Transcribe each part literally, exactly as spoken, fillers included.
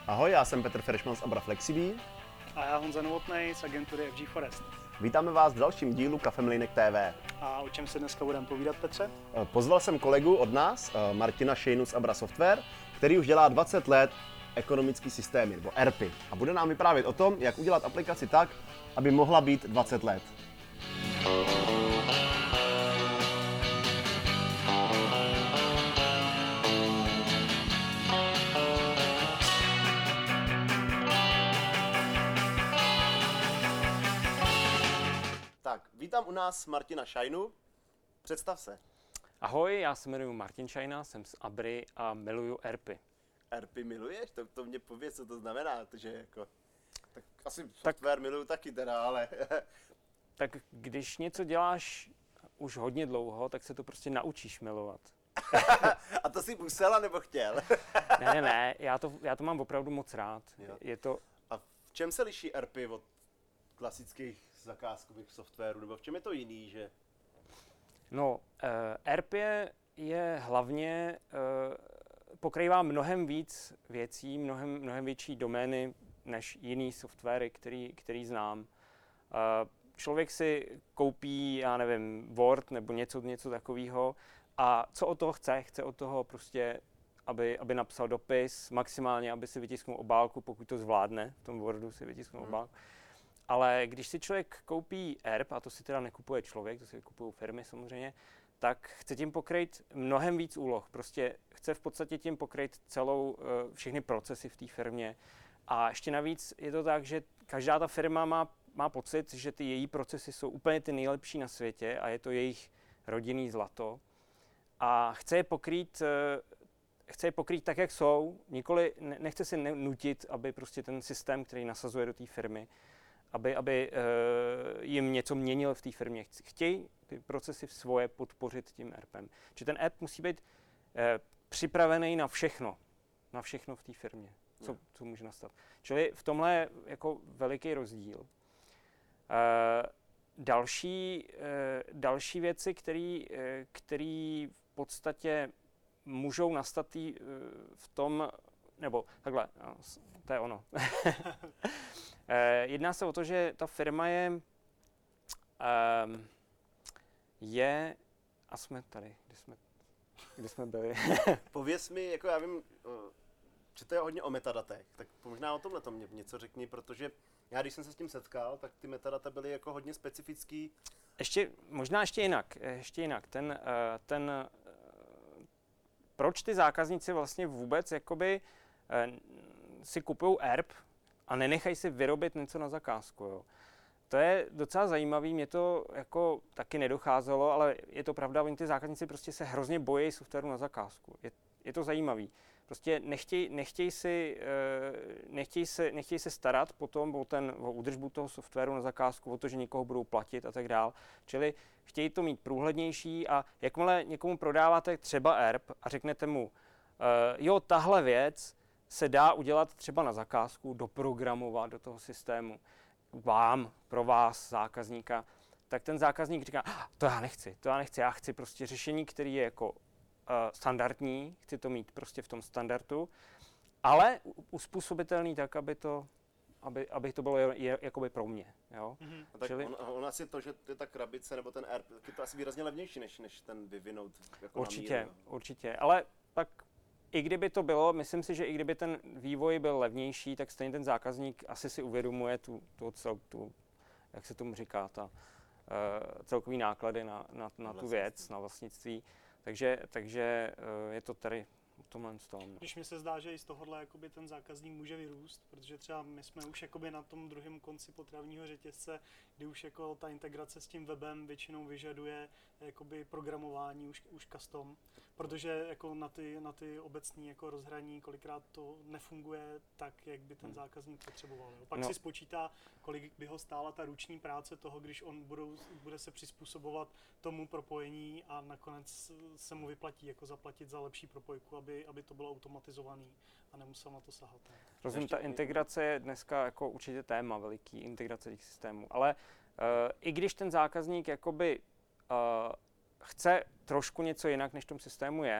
Ahoj, já jsem Petr Feršman z Abra Flexibí. A já Honza Novotnej z agentury F G Forest. Vítáme vás v dalším dílu Kafemlýnek T V. A o čem se dneska budeme povídat, Petře? Pozval jsem kolegu od nás, Martina Šejnu z Abra Software, který už dělá dvacet let ekonomický systémy, nebo E R P Y. A bude nám vyprávět o tom, jak udělat aplikaci tak, aby mohla být dvacet let. Tak, vítám u nás Martina Šajnu. Představ se. Ahoj, já se jmenuji Martin Šajna, jsem z Abry a miluju E R P Y. E R P Y miluješ? To, to mě pověz, co to znamená, že jako... Tak asi software tak, miluju taky teda, ale... Tak když něco děláš už hodně dlouho, tak se to prostě naučíš milovat. A to jsi musela nebo chtěl? ne, ne, ne, já to, já to mám opravdu moc rád. Je to... A v čem se liší E R P Y od klasických zakázkových softwarů, nebo v čem je to jiný, že... No, E R P Y je hlavně, pokrývá mnohem víc věcí, mnohem, mnohem větší domény než jiný softwary, který, který znám. Člověk si koupí, já nevím, Word nebo něco, něco takového a co od toho chce? Chce od toho prostě, aby, aby napsal dopis, maximálně, aby si vytisknul obálku, pokud to zvládne, v tom Wordu si vytisknul hmm. obálku. Ale když si člověk koupí E R P, a to si teda nekupuje člověk, to si kupují firmy samozřejmě, tak chce tím pokryt mnohem víc úloh. Prostě chce v podstatě tím pokryt celou, všechny procesy v té firmě. A ještě navíc je to tak, že každá ta firma má, má pocit, že ty její procesy jsou úplně ty nejlepší na světě a je to jejich rodinný zlato. A chce je pokrýt, chce je pokrýt tak, jak jsou. Nikoli, nechce si nutit, aby prostě ten systém, který nasazuje do té firmy, aby, aby uh, jim něco měnil v té firmě. Chtějí ty procesy svoje podpořit tím ERPem. Čiže ten E R P musí být uh, připravený na všechno. Na všechno v té firmě, co, co může nastat. Čili v tomhle je jako veliký rozdíl. Uh, další, uh, další věci, které uh, v podstatě můžou nastat tý, uh, v tom, nebo takhle, no, to je ono. Jedná se o to, že ta firma je, um, je, a jsme tady, kde jsme, kde jsme byli. Pověz mi, jako já vím, že to je hodně o metadatech, tak možná o tomhle to mě něco řekni, protože já když jsem se s tím setkal, tak ty metadata byly jako hodně specifický. Ještě, možná ještě jinak, ještě jinak, ten, ten, proč ty zákazníci vlastně vůbec jakoby si kupují E R P, a nenechají si vyrobit něco na zakázku. Jo. To je docela zajímavý, mě to jako taky nedocházelo, ale je to pravda, oni ty zákazníci prostě se hrozně bojí softwaru na zakázku. Je, je to zajímavý. Prostě nechtějí, nechtějí, si, nechtějí, se, nechtějí se starat potom o, ten, o údržbu toho softwaru na zakázku, o to, že někoho budou platit a tak dál. Čili chtějí to mít průhlednější a jakmile někomu prodáváte třeba E R P a řeknete mu, jo, tahle věc se dá udělat třeba na zakázku, doprogramovat do toho systému vám, pro vás, zákazníka, tak ten zákazník říká, to já nechci, to já nechci, já chci prostě řešení, které je jako uh, standardní, chci to mít prostě v tom standardu, ale uspůsobitelný tak, aby to, aby, aby to bylo je, je, jakoby pro mě. Jo? Mm-hmm. Tak Čili... on, on asi to, že je ta krabice nebo ten E R P, tak je to asi výrazně levnější, než, než ten vyvinout jako určitě, na míru. Určitě, ale tak i kdyby to bylo, myslím si, že i kdyby ten vývoj byl levnější, tak stejně ten zákazník asi si uvědomuje tu, tu, cel, tu jak se tomu říká, ta uh, celkový náklady na, na, na tu věc, na vlastnictví. Takže, takže uh, je to tady v tomhle tom. Když mi se zdá, že i z tohohle jakoby ten zákazník může vyrůst, protože třeba my jsme už jakoby na tom druhém konci potravního řetězce, kdy už jako ta integrace s tím webem většinou vyžaduje jakoby programování už, už custom, protože jako na ty, na ty obecní jako rozhraní kolikrát to nefunguje tak, jak by ten zákazník potřeboval. Jo. Pak no. si spočítá, kolik by ho stála ta ruční práce toho, když on budou, bude se přizpůsobovat tomu propojení a nakonec se mu vyplatí jako zaplatit za lepší propojku, aby, aby to bylo automatizovaný a nemusel na to sahat. Rozumím, ta integrace je dneska jako určitě téma veliký, integrace těch systémů, ale uh, i když ten zákazník jakoby uh, chce trošku něco jinak, než v tom systému je,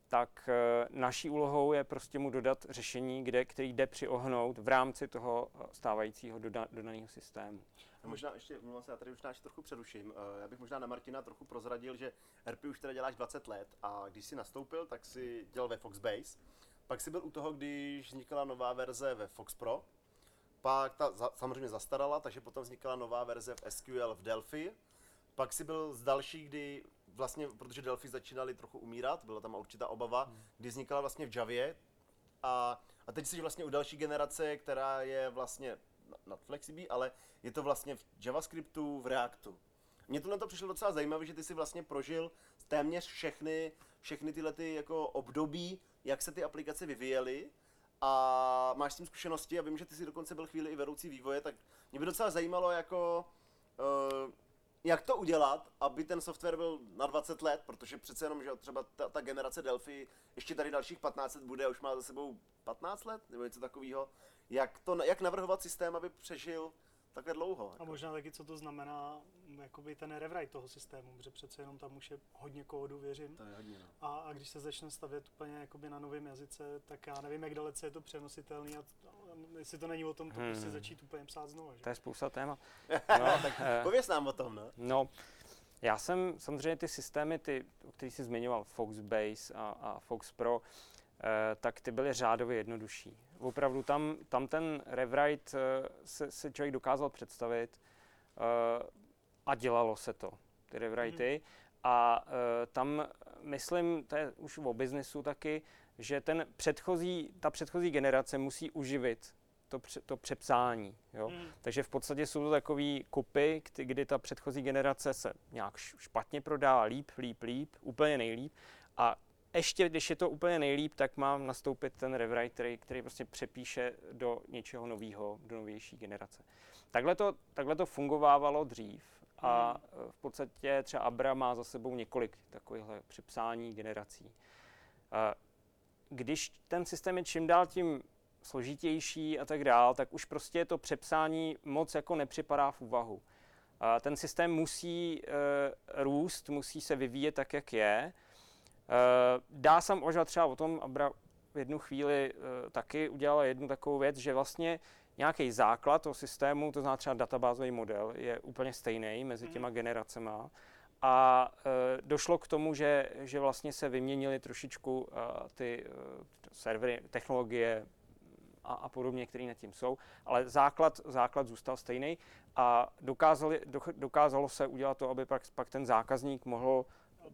tak e, naší úlohou je prostě mu dodat řešení, kde, který jde přiohnout v rámci toho stávajícího doda, dodaného systému. A možná ještě, mluvám se, já tady možná ještě trochu přeruším. Já bych možná na Martina trochu prozradil, že R P už teda děláš dvacet let a když jsi nastoupil, tak si dělal ve Foxbase. Pak si byl u toho, když vznikala nová verze ve Fox Pro. Pak ta za, samozřejmě zastarala, takže potom vznikala nová verze v S Q L v Delphi. Pak si byl z další, kdy vlastně, protože Delphi začínaly trochu umírat, byla tam určitá obava, hmm. kdy vznikala vlastně v Javě. A, a teď jsi vlastně u další generace, která je vlastně nad Flexibí, ale je to vlastně v JavaScriptu, v Reactu. Mně tohle to přišlo docela zajímavé, že ty si vlastně prožil téměř všechny, všechny tyhle ty jako období, jak se ty aplikace vyvíjely a máš s tím zkušenosti a vím, že ty si dokonce byl chvíli i vedoucí vývoje, tak mě by docela zajímalo, jako, uh, jak to udělat, aby ten software byl na dvacet let, protože přece jenom, že třeba ta, ta generace Delphi ještě tady dalších patnáct let bude a už má za sebou patnáct let, nebo něco takového. Jak, to, jak navrhovat systém, aby přežil takhle dlouho? A možná taky, co to znamená, jakoby ten rewrite toho systému, protože přece jenom tam už je hodně kódu, věřím. To je hodně, no. a, a když se začne stavět úplně jakoby na novém jazyce, tak já nevím, jak dalece je to přenositelný a jestli to není o tom, to hmm. prostě začít úplně psát znovu. Že? To je spousta témat. No, tak pověz nám o tom, no. No, já jsem samozřejmě ty systémy, ty, který jsi zmiňoval, Foxbase a, a Fox Pro, eh, tak ty byly řádově jednodušší. Opravdu tam, tam ten rewrite eh, se, se člověk dokázal představit eh, a dělalo se to, ty rewritey. Mm. A eh, tam, myslím, to je už o biznesu taky, že ten předchozí, ta předchozí generace musí uživit to, pře, to přepsání. Jo? Mm. Takže v podstatě jsou to takový kupy, kdy, kdy ta předchozí generace se nějak špatně prodá, líp, líp, líp, úplně nejlíp. A ještě, když je to úplně nejlíp, tak má nastoupit ten rewrite, který, který prostě přepíše do něčeho nového, do novější generace. Takhle to, takhle to fungovávalo dřív a mm. v podstatě třeba Abra má za sebou několik takovýchhle přepsání generací. Když ten systém je čím dál tím složitější a tak dál, tak už prostě to přepsání moc jako nepřipadá v úvahu. A ten systém musí e, růst, musí se vyvíjet tak, jak je. E, dá se uvažovat třeba o tom, Abra v jednu chvíli e, taky udělala jednu takovou věc, že vlastně nějaký základ toho systému, to znamená třeba databázový model, je úplně stejný mezi těma generacema. A e, došlo k tomu, že, že vlastně se vyměnily trošičku e, ty e, servery, technologie a, a podobně, které nad tím jsou, ale základ, základ zůstal stejný a dokázali, do, dokázalo se udělat to, aby pak, pak ten zákazník mohl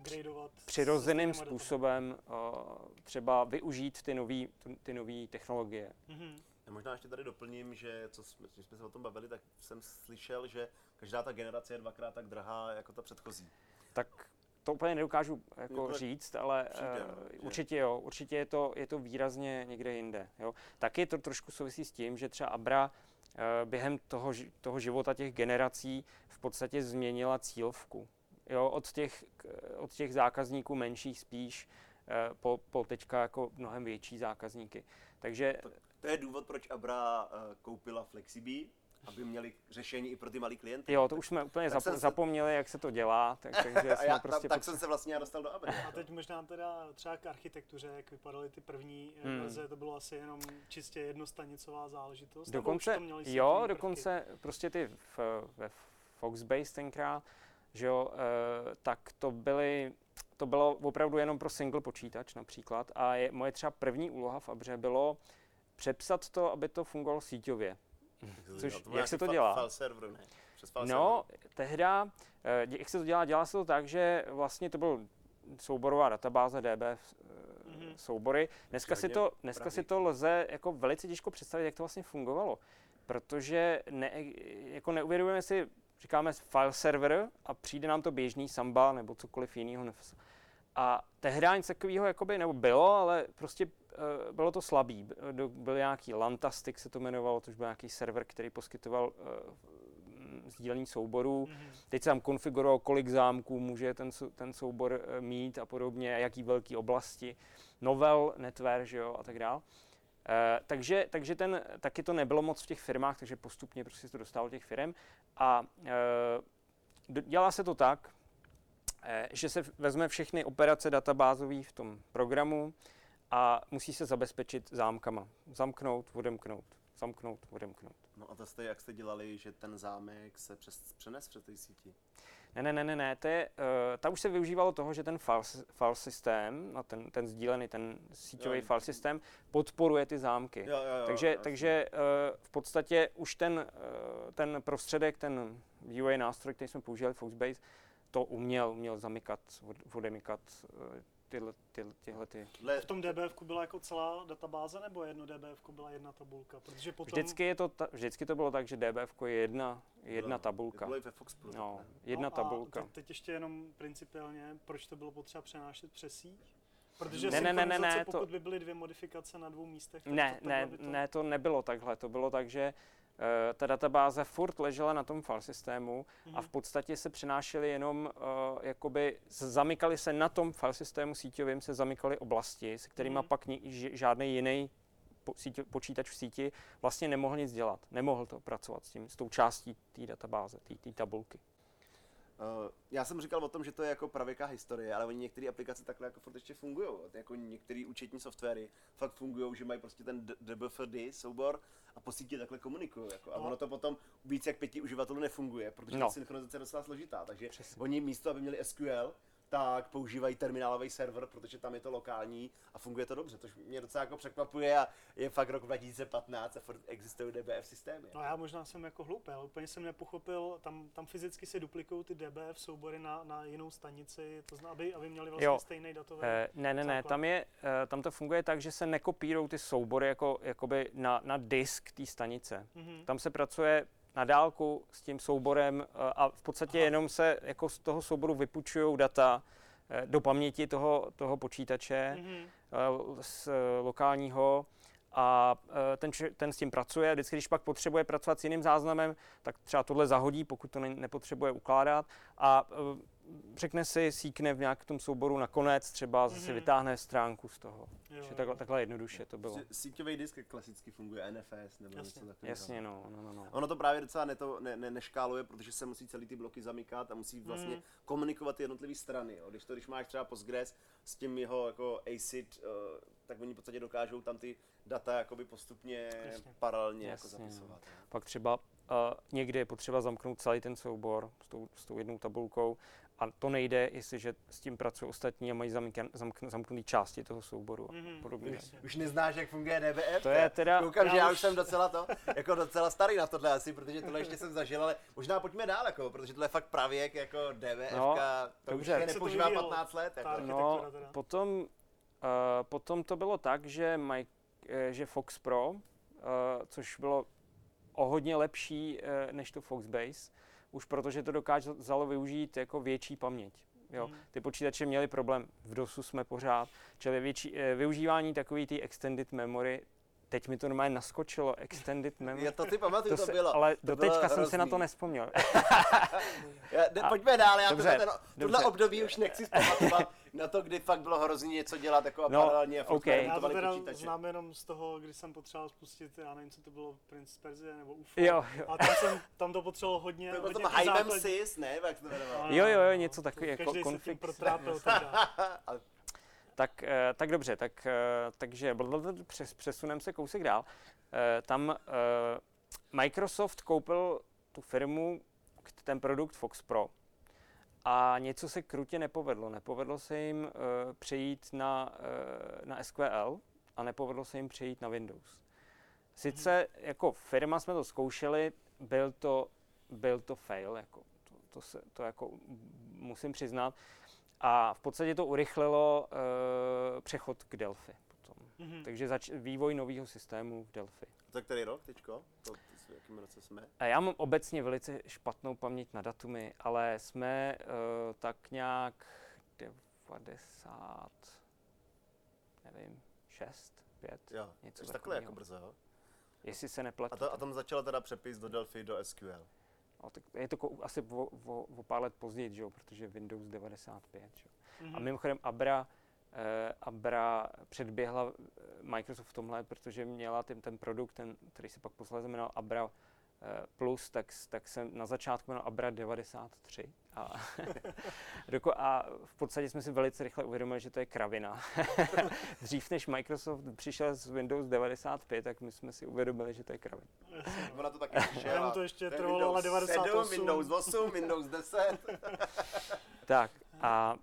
přirozeným způsobem uh, třeba využít ty nové ty nový technologie. Mm-hmm. Já možná ještě tady doplním, že co jsme, když jsme se o tom bavili, tak jsem slyšel, že každá ta generace je dvakrát tak drahá jako ta předchozí. Tak to úplně nedokážu jako říct, ale přijde, uh, určitě jo, určitě je to, je to výrazně někde jinde. Jo. Taky to trošku souvisí s tím, že třeba Abra uh, během toho, toho života těch generací v podstatě změnila cílovku. Jo, od těch, od těch zákazníků menších spíš uh, po, po teďka jako mnohem větší zákazníky. Takže to, to je důvod, proč Abra uh, koupila Flexibí, aby měli řešení i pro ty malý klienty. Jo, to už jsme úplně zapo- zapomněli, jak se to dělá, tak, takže jsme já, prostě... Tak, tak jsem se vlastně dostal do Abry. A teď možná teda třeba k architektuře, jak vypadaly ty první hmm. verze, to bylo asi jenom čistě jednostanicová záležitost. Dokonce, jo, dokonce prvky? Prostě ty v, ve Foxbase tenkrát, že jo, e, tak to byly, to bylo opravdu jenom pro single počítač například a je, moje třeba první úloha v Abře bylo přepsat to, aby to fungovalo síťově. Což, jak se to dělá? File server, ne? Přes file no, tehda, jak se to dělá? Dělá se to tak, že vlastně to byl souborová databáze D B mm-hmm. soubory. Dneska, si to, dneska si to lze jako velice těžko představit, jak to vlastně fungovalo. Protože ne, jako neuvědomujeme si, říkáme file server a přijde nám to běžný Samba nebo cokoliv jiného. A tehdy nic takového jakoby, nebo bylo, ale prostě uh, bylo to slabý. Byl nějaký Lantastic se to jmenovalo, což byl nějaký server, který poskytoval uh, sdílení souborů. Mm-hmm. Teď se tam konfiguroval, kolik zámků může ten, ten soubor uh, mít a podobně, jaký velký oblasti. Novel, netware, že jo, a tak dál. Uh, takže, takže ten, taky to nebylo moc v těch firmách, takže postupně prostě se to dostalo do těch firm. A uh, dělá se to tak, eh, že se vezme všechny operace databázové v tom programu a musí se zabezpečit zámkama. Zamknout, odemknout, zamknout, odemknout. No a to jste, jak jste dělali, že ten zámek se přes, přenes přes té síti? Ne, ne, ne, ne, ne, to je, uh, ta už se využívalo toho, že ten file, file systém, no ten, ten sdílený, ten síťový Jo. file systém podporuje ty zámky. Jo, jo, jo, takže jasně. takže uh, v podstatě už ten, uh, ten prostředek, ten V U A nástroj, který jsme používali, Foxbase, to uměl, uměl zamykat, od- odemykat uh, tyhle, tyhle, tyhle ty. Le, V tom D B F byla jako celá databáze, nebo jedno D B F byla jedna tabulka? Protože potom... Vždycky, je to ta, vždycky to bylo tak, že D B F je jedna, jedna bylo- tabulka. Bylo i ve Foxpro. No, ne? jedna no tabulka. A teď, teď ještě jenom principiálně, proč to bylo potřeba přenášet přes síť? Protože Ne, ne, ne, ne, synchronizace, ne, to- pokud by byly dvě modifikace na dvou místech, tak Ne, to, ne, takhle by to... ne, to nebylo takhle. To bylo tak, že uh, ta databáze furt ležela na tom file systému Mhm. a v podstatě se přenášely jenom, uh, jakoby, z- zamykaly se na tom file systému síťovým, se zamykaly oblasti, se kterými Mhm. pak ni, ž, žádný jiný po, síť, počítač v síti vlastně nemohl nic dělat. Nemohl to pracovat s tím, s tou částí té databáze, té tabulky. Uh, já jsem říkal o tom, že to je jako pravěká historie, ale oni některé aplikace takhle jako furt ještě fungují. Jako některé účetní softwary fakt fungují, že mají prostě ten D- DBFD soubor a po síti takhle komunikují. Jako. A No. ono to potom u víc jak pěti uživatelů nefunguje, protože No. ta synchronizace je docela složitá. Takže Přesně. oni místo, aby měli S Q L, tak používají terminálový server, protože tam je to lokální a funguje to dobře, což mě docela jako překvapuje a je fakt rok dva tisíce patnáct a furt existují D B F systémy. No já možná jsem jako hloupý, ale úplně jsem nepochopil, tam, tam fyzicky se duplikují ty D B F soubory na, na jinou stanici, to znamená, aby, aby měli vlastně Jo. stejný datový. Eh, ne, ne, ne, základ. tam, je, eh, tam to funguje tak, že se nekopírují ty soubory jako, jakoby na, na disk té stanice. Mhm. Tam se pracuje na dálku s tím souborem eh, a v podstatě Aha. jenom se jako z toho souboru vypučují data eh, do paměti toho, toho počítače Mhm. eh, z eh, lokálního a eh, ten, č- ten s tím pracuje. Vždycky, když pak potřebuje pracovat s jiným záznamem, tak třeba tohle zahodí, pokud to ne- nepotřebuje ukládat a eh, řekne si, síkne v nějakém tom souboru nakonec, třeba zase Mhm. vytáhne stránku z toho. Jo, Že takhle, jo. takhle jednoduše to bylo. Prostě síťový disk jak klasicky funguje, N F S nebo Jasně. něco takového. Jasně, no, no, no. no. Ono to právě docela ne, to, ne, ne, neškáluje, protože se musí celý ty bloky zamykat a musí vlastně Mhm. komunikovat ty jednotlivé strany. Jo. Když, to, když máš třeba Postgres s tím jeho jako A C I D, uh, tak oni v podstatě dokážou tam ty data jakoby postupně Jasně. paralelně jako Jasně, no. zapisovat. jo. Pak třeba uh, někdy je potřeba zamknout celý ten soubor s tou, s tou jednou tabulkou a to nejde, jestliže s tím pracují ostatní a mají zamykan, zamkn, zamknutý části toho souboru a Mhm. podobně. Jasně. Už neznáš, jak funguje D B F? To je teda- Koukám, že Já já už- už jsem docela to, jako docela starý na tohle asi, protože tohle ještě jsem zažil, ale možná pojďme dál, jako, protože tohle je fakt pravěk, jako DBFka, No, to dobře. už je Jak se to nepoužívá vyvíjelo? patnáct let. Jako. Tak. No, architektura teda. potom, uh, potom to bylo tak, že, Mike, eh, že Fox Pro, uh, což bylo o hodně lepší uh, než to Foxbase, už protože to dokázalo využít jako větší paměť. Jo. Mhm. Ty počítače měly problém, v DOSu jsme pořád, čili větší, eh, využívání takový té extended memory, teď mi to normálně naskočilo, extended memory. Já to si pamatuju, to, se- bylo. ale to bylo doteďka jsem si na to hrozný. nespomněl. Já, de, A- pojďme dál, já dobře, tohle, ten, tohle dobře. období už nechci zpamatovat na to, kdy fakt bylo hrozný něco dělat jako No, paralelně a furt OK. jsme Já to remontovali teda počítače. znám jenom z toho, když jsem potřeboval spustit, já nevím, co to bylo, Prince Persia nebo U F O. Jo, jo. A tam, jsem, tam to potřebovalo hodně, To bylo hodně tom těch Hivem základních- Sys, ne? Jak se to jmenovalo? Ano, Jo, jo, jo, ano, něco to takový jako každý se tím config. protrápil teda. Ale Tak, eh, tak dobře, tak, eh, takže blablabla, přes, přesuneme se kousek dál. Eh, Tam eh, Microsoft koupil tu firmu, k- ten produkt Fox Pro a něco se krutě nepovedlo. Nepovedlo se jim eh, přejít na, eh, na S Q L a nepovedlo se jim přejít na Windows. Sice jako firma jsme to zkoušeli, byl to, byl to fail, jako, to, to, se, to jako musím přiznat. A v podstatě to urychlilo uh, přechod k Delphi potom. Mhm. Takže zač- vývoj nového systému v Delphi. to který rok teďko? To, v jakém roce jsme? A já mám obecně velice špatnou paměť na datumy, ale jsme uh, tak nějak devadesát, nevím, šest, pět, Jo, něco takže takhle takového. jako brzo, jo? Jestli se nepletu. A, to, a tam začal teda přepis do Delphi do S Q L. No, tak je to ko- asi o, o, o pár let později, že jo, protože Windows devadesát pět. Že jo. Mhm. A mimochodem Abra, eh, Abra předběhla eh, Microsoft v tomhle, protože měla ten, ten produkt, ten, který se pak posléze jmenoval Abra plus, tak, tak jsem na začátku měl Abra devadesát tři. A, a v podstatě jsme si velice rychle uvědomili, že to je kravina. Dřív než Microsoft přišel s Windows devadesát pět, tak my jsme si uvědomili, že to je kravina. Ona to taky přišel. Já mu to ještě trvalo, ale devadesát osm. Windows osm, Windows deset. Tak a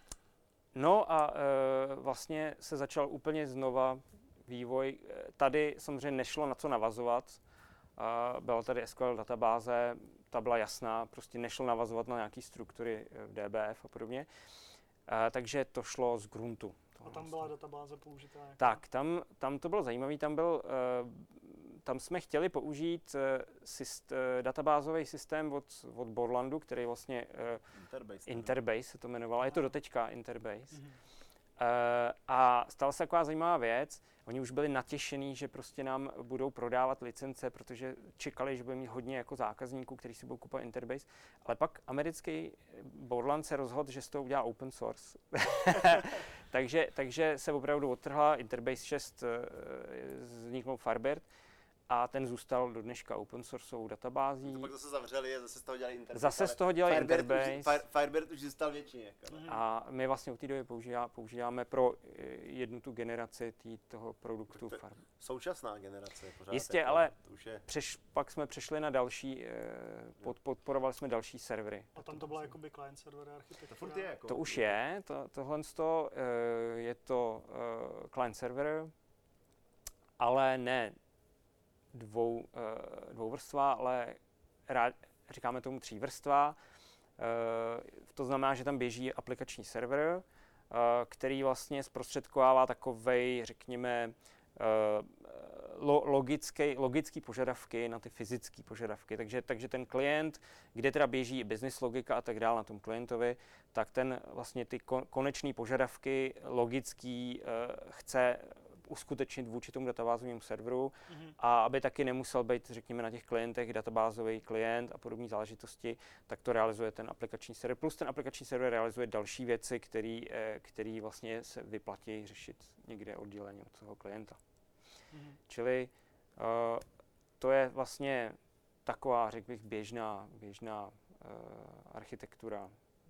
no a e, vlastně se začal úplně znova vývoj. Tady samozřejmě nešlo na co navazovat. E, byla tady S Q L databáze, ta byla jasná, prostě nešlo navazovat na nějaké struktury v D B F a podobně. E, takže to šlo z gruntu. A tam byla databáze použitá? Jako? Tak, tam, tam to bylo zajímavé, tam byl, e, tam jsme chtěli použít e, syst, e, databázový systém od, od Borlandu, který vlastně e, Interbase, Interbase se to jmenovalo, je to doteďka Interbase. Mm-hmm. E, a stala se taková zajímavá věc, oni už byli natěšení, že prostě nám budou prodávat licence, protože čekali, že budeme mít hodně jako zákazníků, kteří si budou kupovat Interbase, ale pak americký Borland se rozhodl, že z toho udělá open source. takže, takže se opravdu odtrhla Interbase šest, vzniknul Firebird, a ten zůstal do dneška open sourceovou databází. To pak zase zavřeli a zase z toho dělali Interbase. Zase z toho dělali Firebird Interbase. Už, Fire, Firebird už zůstal větší. Jako. Mm. A my vlastně od té doby používá, používáme pro jednu tu generaci tý, toho produktu. To současná generace pořád. Jistě, jako, ale je... přeš, pak jsme přešli na další, pod, podporovali jsme další servery. A tam to byla jakoby client server architektura? To furt je jako. To už je, to, tohle to, je to client server, ale ne dvou, uh, dvouvrstva, ale rád, říkáme tomu třívrstva. Uh, to znamená, že tam běží aplikační server, uh, který vlastně zprostředkovává takovej, řekněme, uh, lo, logický, logický požadavky na ty fyzické požadavky. Takže, takže ten klient, kde teda běží business logika a tak dále na tom klientovi, tak ten vlastně ty kon, konečné požadavky logický uh, chce uskutečnit vůči tomu databázovému serveru mm-hmm. a aby taky nemusel být, řekněme, na těch klientech databázový klient a podobné záležitosti, tak to realizuje ten aplikační server. Plus ten aplikační server realizuje další věci, které vlastně se vyplatí řešit někde odděleně od toho klienta. Mm-hmm. Čili uh, to je vlastně taková, řekl bych, běžná, běžná uh, architektura.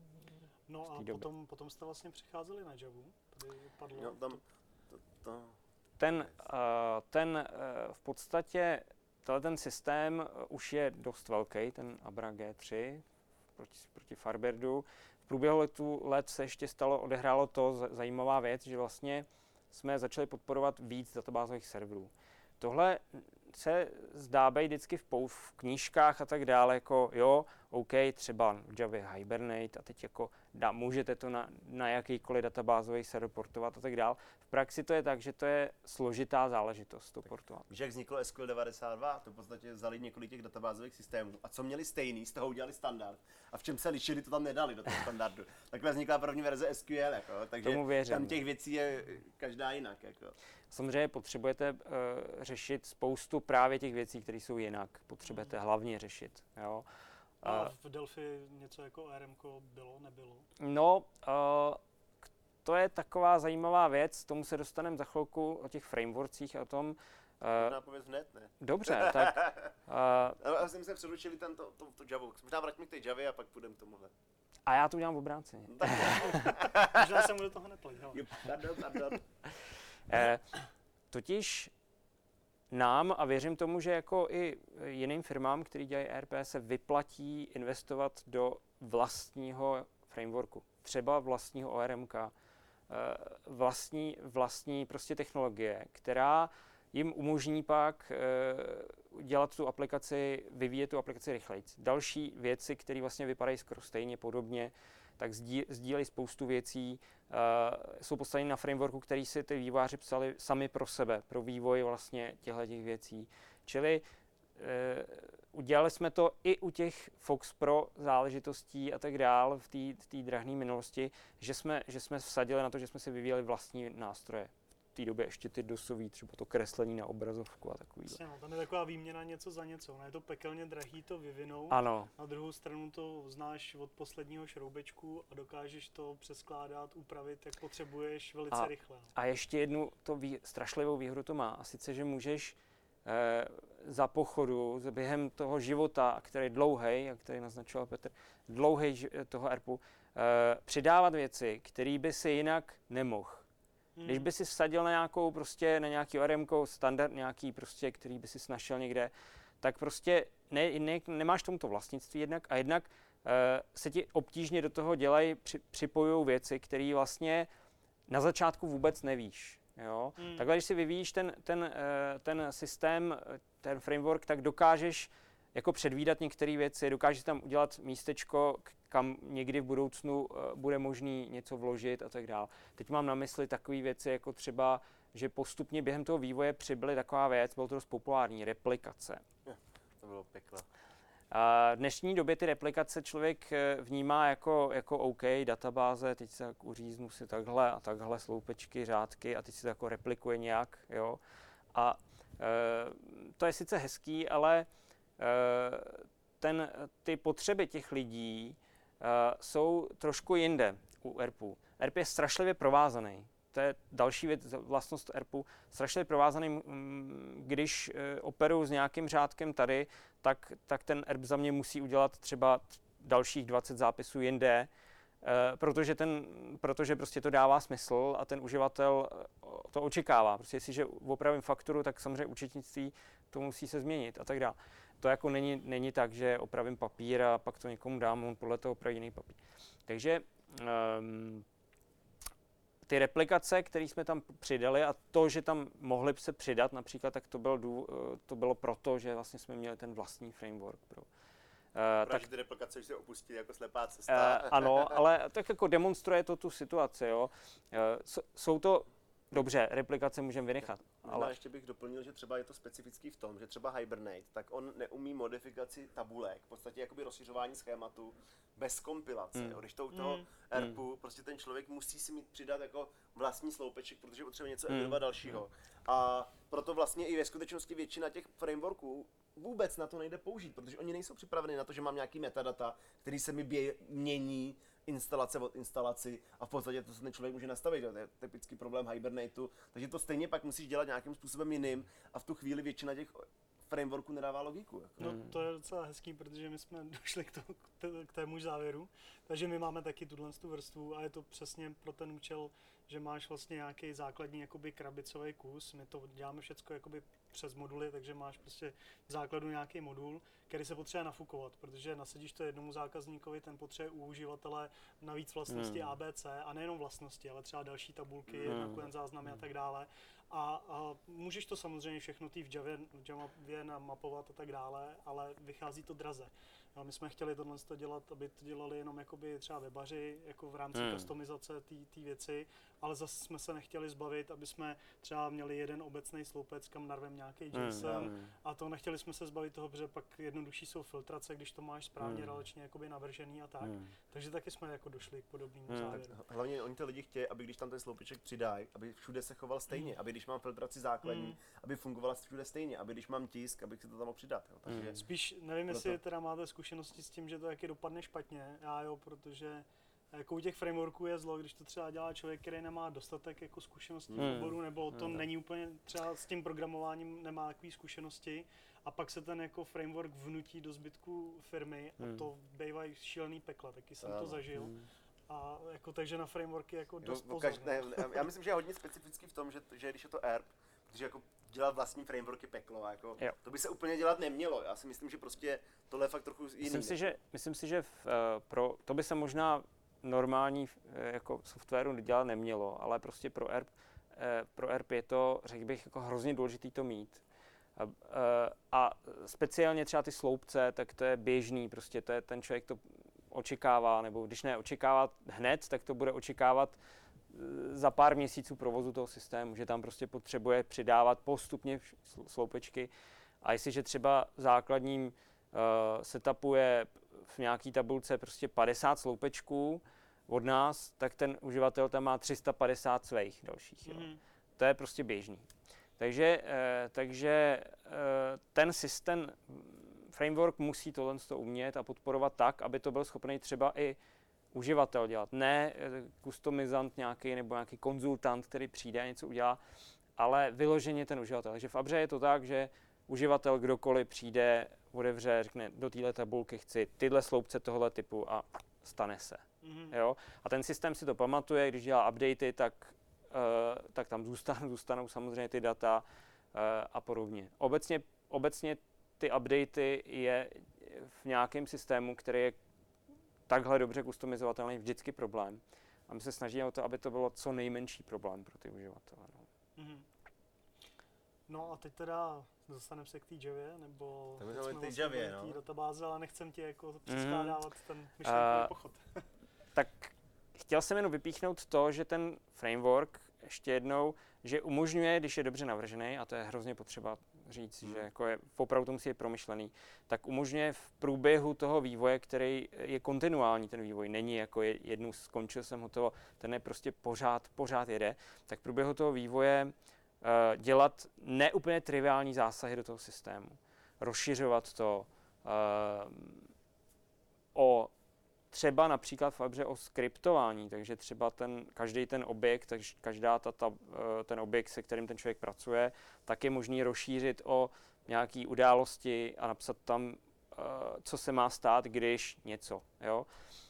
No a potom, potom jste vlastně přicházeli na Javu, tady padlo. Jo, tam, to, to. Ten, uh, ten uh, v podstatě, ten systém už je dost velký, ten Abra G tři proti, proti Firebirdu. V průběhu letu let se ještě stalo, odehrálo to zajímavá věc, že vlastně jsme začali podporovat víc databázových serverů. Tohle se zdá být vždycky v, pou, v knížkách a tak dále, jako jo, OK, třeba v Javě Hibernate a teď jako dá, můžete to na, na jakýkoliv databázový server portovat a tak dále. V praxi to je tak, že to je složitá záležitost to portovat. Víš, jak vzniklo S Q L devadesát dva? To v podstatě vzali několik těch databázových systémů a co měli stejný, z toho udělali standard. A v čem se lišili, to tam nedali do toho standardu. Takhle vznikla první verze S Q L, jako, takže tam těch věcí je každá jinak. Jako. Samozřejmě potřebujete uh, řešit spoustu právě těch věcí, které jsou jinak. Potřebujete hlavně řešit. Jo. A v Delphi něco jako O R M bylo, nebylo? No, uh, to je taková zajímavá věc, tomu se dostaneme za chvilku o těch frameworkcích a o tom. Možná pověz hned, ne? Dobře, tak. Uh, já jsem se předučili tento, to, to Javu. Možná vraťme k té Javě a pak půjdeme k tomuhle. A já to udělám v obráceně. No, možná se mu do toho nepleť. Pardon, pardon. Eh, totiž nám, a věřím tomu, že jako i jiným firmám, který dělají E R P, se vyplatí investovat do vlastního frameworku. Třeba vlastního O R M K, vlastní, vlastní prostě technologie, která jim umožní pak dělat tu aplikaci, vyvíjet tu aplikaci rychleji. Další věci, které vlastně vypadají skoro stejně podobně, tak sdílejí spoustu věcí, uh, jsou postaveny na frameworku, který si ty vývojáři psali sami pro sebe, pro vývoj vlastně těchto těch věcí. Čili uh, udělali jsme to i u těch Fox Pro záležitostí a tak dál v té drahné minulosti, že jsme, že jsme vsadili na to, že jsme si vyvíjeli vlastní nástroje. V té době ještě ty dosový, třeba to kreslení na obrazovku a takový. Jasně, no, tam je taková výměna něco za něco. No, je to pekelně drahý to vyvinout. Ano. Na druhou stranu to znáš od posledního šroubečku a dokážeš to přeskládat, upravit, jak potřebuješ velice a, rychle. No. A ještě jednu to vý, strašlivou výhodu to má. A sice, že můžeš eh, za pochodu, během toho života, který je dlouhej, jak tady naznačoval Petr, dlouhej toho erpu, eh, přidávat věci, které by si jinak nemohl. Hmm. Když by si vsadil na nějakou prostě, na nějaký O R M standard nějaký prostě, který by si našel někde, tak prostě ne, ne, nemáš tomuto vlastnictví jednak a jednak uh, se ti obtížně do toho dělají, při, připojují věci, které vlastně na začátku vůbec nevíš. Jo? Hmm. Takhle, když si vyvíjíš ten, ten, uh, ten systém, ten framework, tak dokážeš jako předvídat některé věci, dokážeš tam udělat místečko, kam někdy v budoucnu uh, bude možný něco vložit a tak dále. Teď mám na mysli takové věci, jako třeba, že postupně během toho vývoje přibyly taková věc, bylo to dost populární, replikace. To bylo peklo. A v dnešní době ty replikace člověk vnímá jako, jako OK, databáze, teď se tak uříznu si takhle a takhle sloupečky, řádky a teď si to jako replikuje nějak, jo. A e, to je sice hezký, ale e, ten, ty potřeby těch lidí e, jsou trošku jinde u erpů. erp je strašlivě provázaný. To je další věc, vlastnost erpu, strašně provázaný, když e, operuju s nějakým řádkem tady, tak, tak ten erp za mě musí udělat třeba dalších dvacet zápisů jinde, e, protože, ten, protože prostě to dává smysl a ten uživatel to očekává. Prostě jestliže opravím fakturu, tak samozřejmě účetnictví to musí se změnit a tak dále. To jako není, není tak, že opravím papír a pak to někomu dám, on podle toho opraví jiný papír. Takže um, ty replikace, které jsme tam přidali a to, že tam mohli se přidat například, tak to, byl dů, to bylo proto, že vlastně jsme měli ten vlastní framework. Pro, uh, tak ty replikace už se opustili jako slepá cesta. Uh, ano, ale tak jako demonstruje to tu situaci. Jo. Uh, jsou to, dobře, replikace můžeme vynechat. Ale ještě bych doplnil, že třeba je to specifický v tom, že třeba Hibernate, tak on neumí modifikaci tabulek, v podstatě jakoby rozšiřování schématu bez kompilace. Mm. Když to u toho mm. erpu, prostě ten člověk musí si mít přidat jako vlastní sloupeček, protože potřebuje něco evidovat mm. dalšího. A proto vlastně i ve skutečnosti většina těch frameworků vůbec na to nejde použít, protože oni nejsou připraveni na to, že mám nějaký metadata, který se mi bě- mění instalace od instalaci a v podstatě to se ten člověk může nastavit, to je typický problém Hibernateu, takže to stejně pak musíš dělat nějakým způsobem jiným a v tu chvíli většina těch frameworků nedává logiku. Jako. No to je docela hezký, protože my jsme došli k, to, k témuž závěru, takže my máme taky tuhle vrstvu a je to přesně pro ten účel, že máš vlastně nějaký základní jakoby krabicový kus, my to děláme všecko jakoby přes moduly, takže máš prostě v základu nějaký modul, který se potřebuje nafukovat, protože nasadíš to jednomu zákazníkovi, ten potřebuje u uživatele navíc vlastnosti hmm. A B C a nejenom vlastnosti, ale třeba další tabulky, hmm. nakonec záznamy a tak dále. A, a můžeš to samozřejmě všechno tý v Javě, v Javě namapovat a tak dále, ale vychází to draze. No, my jsme chtěli tohle dělat, aby to dělali jenom jakoby třeba webaři, jako v rámci hmm. customizace té věci, ale zase jsme se nechtěli zbavit, aby jsme třeba měli jeden obecný sloupec, kam narvem nějaký JSON hmm. a to nechtěli jsme se zbavit toho, protože pak jednodušší jsou filtrace, když to máš správně hmm. relačně jakoby navržený a tak. Hmm. Takže taky jsme jako došli k podobnému hmm. závěru. Hlavně oni ty lidi chtějí, aby když tam ten sloupeček přidají, aby všude se choval stejně, hmm. aby když mám filtraci základní, hmm. aby fungovala všude stejně, aby když mám tisk, abych si to tam mohl přidat. Jo. Takže hmm. Spíš nevím, proto. Jestli teda máte zkušenosti s tím, že to taky dopadne špatně. Já jo, protože jako u těch frameworků je zlo, když to třeba dělá člověk, který nemá dostatek jako zkušeností v hmm. oboru, nebo to hmm. není úplně třeba s tím programováním nemá takové zkušenosti a pak se ten jako framework vnutí do zbytku firmy hmm. a to bývají šílený pekla, taky jsem hmm. to zažil. Hmm. A jako takže na frameworky jako dost no, pozor. Ne, já myslím, že je hodně specifický v tom, že, že když je to erp, protože jako dělat vlastní frameworky peklo, a jako to by se úplně dělat nemělo. Já si myslím, že prostě tohle je fakt trochu jiný. Myslím si, že, myslím si, že v, uh, pro, to by se možná normální uh, jako softwaru dělat nemělo, ale prostě pro erp, uh, pro erp je to, řekl bych, jako hrozně důležitý to mít. Uh, uh, a speciálně třeba ty sloupce, tak to je běžný, prostě to je, ten člověk to očekává, nebo když ne očekává hned, tak to bude očekávat za pár měsíců provozu toho systému, že tam prostě potřebuje přidávat postupně sloupečky. A jestliže třeba základním uh, setupuje v nějaký tabulce prostě padesát sloupečků od nás, tak ten uživatel tam má tři sta padesát svých dalších. Mm. Jo. To je prostě běžný. Takže, uh, takže uh, ten systém, framework musí tohle umět a podporovat tak, aby to byl schopný třeba i uživatel dělat. Ne customizant nějaký nebo nějaký konzultant, který přijde a něco udělá, ale vyloženě ten uživatel. Takže v Abře je to tak, že uživatel, kdokoliv přijde, otevře, řekne do téhle tabulky chci tyhle sloupce tohohle typu a stane se. Mm-hmm. Jo? A ten systém si to pamatuje, když dělá updaty, tak, uh, tak tam zůstanou, zůstanou samozřejmě ty data uh, a podobně. Obecně, obecně ty updaty je v nějakém systému, který je takhle dobře customizovatelný, vždycky problém. A my se snažíme o to, aby to bylo co nejmenší problém pro ty uživatele. No, mm-hmm. no a teď teda dostaneme se k té Javě, nebo Tak teď jsme jsme té vlastně Javě, byli v té no. databáze, ale nechcem ti jako Mhm. předskládávat ten myšlenkový Uh, pochod. Tak chtěl jsem jenom vypíchnout to, že ten framework, ještě jednou, že umožňuje, když je dobře navržený, a to je hrozně potřeba říct, Hmm. že jako je, opravdu to musí být promyšlený, tak umožňuje v průběhu toho vývoje, který je kontinuální, ten vývoj není jako je, jednou skončil jsem hotovo, ten je prostě pořád, pořád jede, tak v průběhu toho vývoje uh, dělat neúplně triviální zásahy do toho systému, rozšiřovat to uh, o třeba například v Abře o skriptování, takže třeba ten, každý ten objekt, takže každá ta, ta, ten objekt, se kterým ten člověk pracuje, tak je možný rozšířit o nějaké události a napsat tam, co se má stát, když něco. Jo?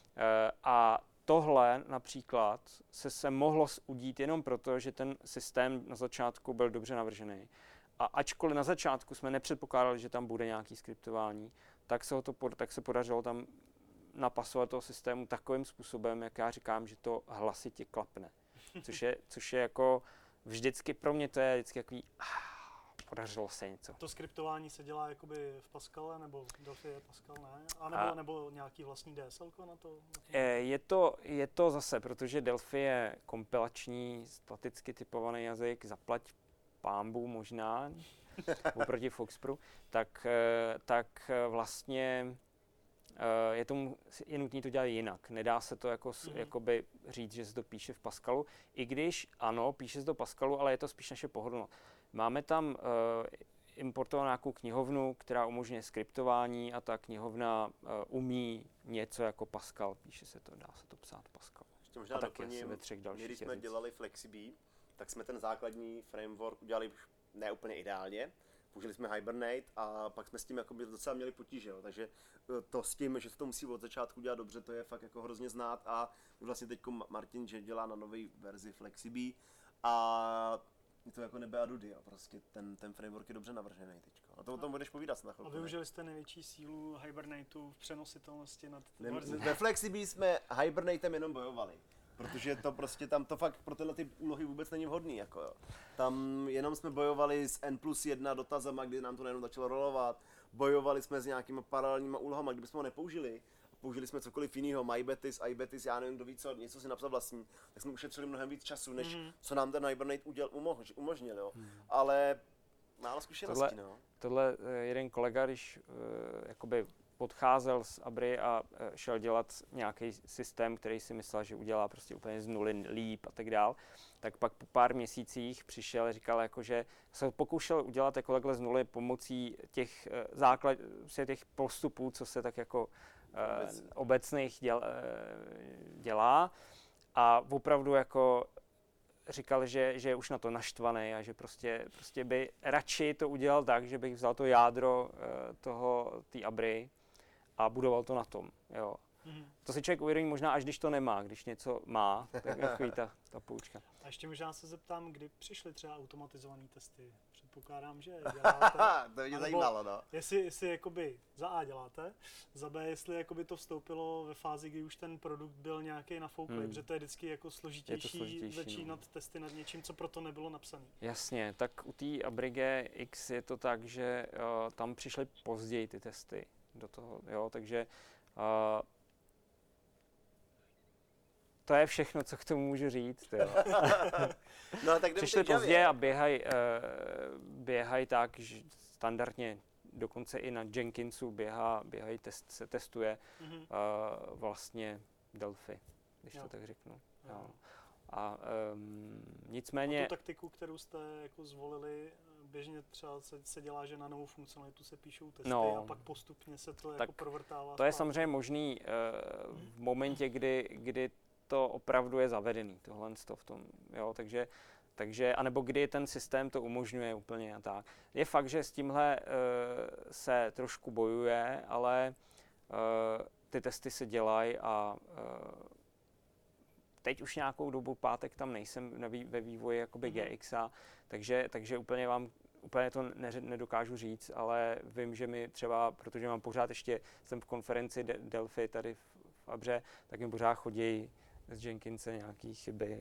A tohle například se, se mohlo udít jenom proto, že ten systém na začátku byl dobře navržený. A ačkoliv na začátku jsme nepředpokládali, že tam bude nějaké skriptování, tak se, ho to, tak se podařilo tam napasovat toho systému takovým způsobem, jak já říkám, že to hlasitě klapne. Což je, což je jako vždycky, pro mě to je vždycky takový, ah, podařilo se něco. To skriptování se dělá jakoby v Pascale, nebo Delphi je Pascal, ne? A nebo, A- nebo nějaký vlastní D S L na to? Na to? Eh, Je to, je to zase, protože Delphi je kompilační, staticky typovaný jazyk, zaplať pámbu možná, oproti Foxpru, tak, eh, tak eh, vlastně eh, je, tomu, je nutné to dělat jinak. Nedá se to jako, Mhm. jakoby říct, že se to píše v Pascalu, i když ano, píše se to Pascalu, ale je to spíš naše pohodlnost. Máme tam eh, importovanou nějakou knihovnu, která umožňuje skriptování a ta knihovna uh, umí něco jako Pascal, píše se to, dá se to psát Pascal. Ještě možná A taky asi doplním, ve třech my, dalších když jsme jazycích. dělali FlexiBee, tak jsme ten základní framework udělali ne úplně ideálně. Použili jsme Hibernate a pak jsme s tím jakoby docela měli potíže, jo. Takže to s tím, že se to musí od začátku dělat dobře, to je fakt jako hrozně znát a vlastně teď Martin, že dělá na nové verzi FlexiBee a je to jako nebe a dudy, jo. Prostě ten, ten framework je dobře navržený teďka. A to o tom budeš povídat na A chvilku. ne? využili jste největší sílu Hibernateu v přenositelnosti nad Ne, verzi. ve FlexiBee jsme Hibernatem jenom bojovali. Protože to prostě tam to fakt pro tyhle ty úlohy vůbec není vhodný, jako jo. Tam jenom jsme bojovali s N plus jedna dotazama, kdy nám to najednou začalo rolovat. Bojovali jsme s nějakýma paralelníma úlohama, kdybychom ho nepoužili. Použili jsme cokoliv jiného, MyBetis, iBetis, já nevím, kdo ví co, něco si napsal vlastní, tak jsme ušetřili mnohem víc času, než Mhm. co nám ten Hibernate uděl, umož, umožnil, jo. Ale málo zkušeností, Tohle- no. Tohle eh, jeden kolega, když uh, jakoby odcházel z Abry a uh, šel dělat nějaký systém, který si myslel, že udělá prostě úplně z nuly líp a tak dál, tak pak po pár měsících přišel a říkal, jako, že se pokoušel udělat jako takhle z nuly pomocí těch uh, základ, těch postupů, co se tak jako uh, Obecně. obecných děl, uh, dělá a opravdu jako říkal, že, že je už na to naštvaný a že prostě, prostě by radši to udělal tak, že bych vzal to jádro uh, toho, té Abry a budoval to na tom, jo. Mhm. To si člověk uvědomí možná, až když to nemá, když něco má, tak takový ta, ta poučka. A ještě možná se zeptám, kdy přišly třeba automatizované testy. Předpokládám, že je děláte. to mě Anebo- zajímalo, no. Jestli, jestli jakoby za A děláte, za B, jestli jakoby to vstoupilo ve fázi, kdy už ten produkt byl nějaký nafouklý, Hmm. protože to je vždycky jako složitější, složitější, začínat no. testy nad něčím, co proto nebylo napsané. Jasně, tak u té Abrige X je to tak, že uh, tam přišly později ty testy do toho, jo, takže uh, to je všechno, co k tomu můžu říct, jo. No tak jdeme Přišli k té Javě. pozdě a běhají uh, běhaj tak, že standardně dokonce i na Jenkinsu běhá, běhají test, se testuje Mhm. uh, vlastně Delphi, když Jo. to tak řeknu. Jo. Jo. A um, A nicméně, tu taktiku, kterou jste jako zvolili, běžně třeba se, se dělá, že na novou funkcionalitu se píšou testy No. a pak postupně se to Tak jako provrtává. to je zpátky. samozřejmě možný uh, v momentě, kdy, kdy to opravdu je zavedený, tohle v tom, jo, takže Takže, anebo kdy ten systém to umožňuje úplně a tak. Je fakt, že s tímhle uh, se trošku bojuje, ale uh, ty testy se dělají a uh, teď už nějakou dobu, pátek tam nejsem na vý, ve vývoji jakoby G X A, takže, takže úplně vám úplně to ne, nedokážu říct, ale vím, že mi třeba, protože mám pořád ještě, jsem v konferenci De- Delphi tady v, v Abře, tak mi pořád chodí z Jenkinse nějaký chyby.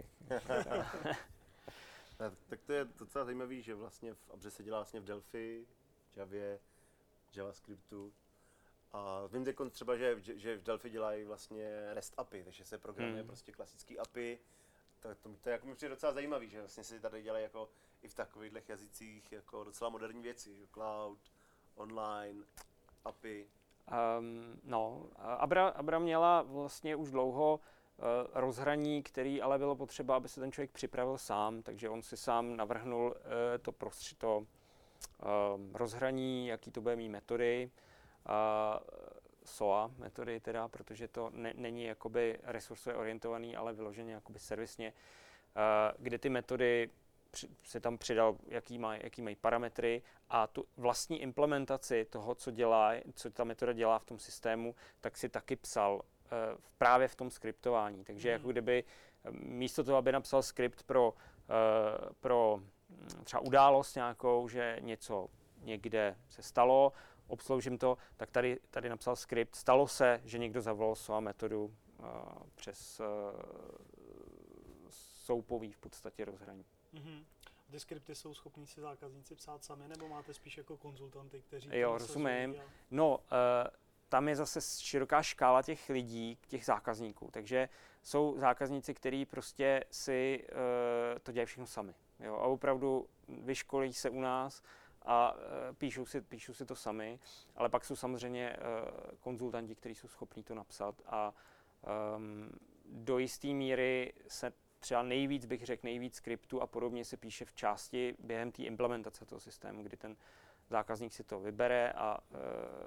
Tak to je docela zajímavé, že vlastně v Abře se dělá vlastně v Delphi, Javě, JavaScriptu. A vím teď třeba, že, že v Delphi dělají vlastně REST A P I, takže se programuje hmm. prostě klasický A P I. To, to, to je jako mi přijde docela zajímavý, že vlastně si tady dělají jako i v takových jazycích jako docela moderní věci, že cloud, online, A P I. Um, no, Abra, Abra měla vlastně už dlouho uh, rozhraní, který ale bylo potřeba, aby se ten člověk připravil sám, takže on si sám navrhnul uh, to, prostři, to uh, rozhraní, jaký to bude mít metody, uh, S O A metody teda, protože to ne, není jakoby resursově orientovaný, ale vyloženě jakoby servisně, uh, kde ty metody při, se tam přidal, jaký mají jaký maj parametry a tu vlastní implementaci toho, co dělá, co ta metoda dělá v tom systému, tak si taky psal uh, právě v tom skriptování. Takže mm. jako kdyby místo toho, aby napsal skript pro, uh, pro třeba událost nějakou, že něco někde se stalo, obsloužím to, tak tady, tady napsal skript. Stalo se, že někdo zavolal S O A metodu uh, přes uh, soupový v podstatě rozhraní. Mm-hmm. Ty skripty jsou schopní si zákazníci psát sami, nebo máte spíš jako konzultanty, kteří... Jo, rozumím. No, uh, tam je zase široká škála těch lidí, těch zákazníků, takže jsou zákazníci, kteří prostě si uh, to dělají všechno sami. Jo, a opravdu vyškolí se u nás a uh, píšou si, píšou si to sami, ale pak jsou samozřejmě uh, konzultanti, kteří jsou schopní to napsat a um, do jisté míry se třeba nejvíc, bych řekl, nejvíc skriptů a podobně se píše v části během té implementace toho systému, kdy ten zákazník si to vybere a uh,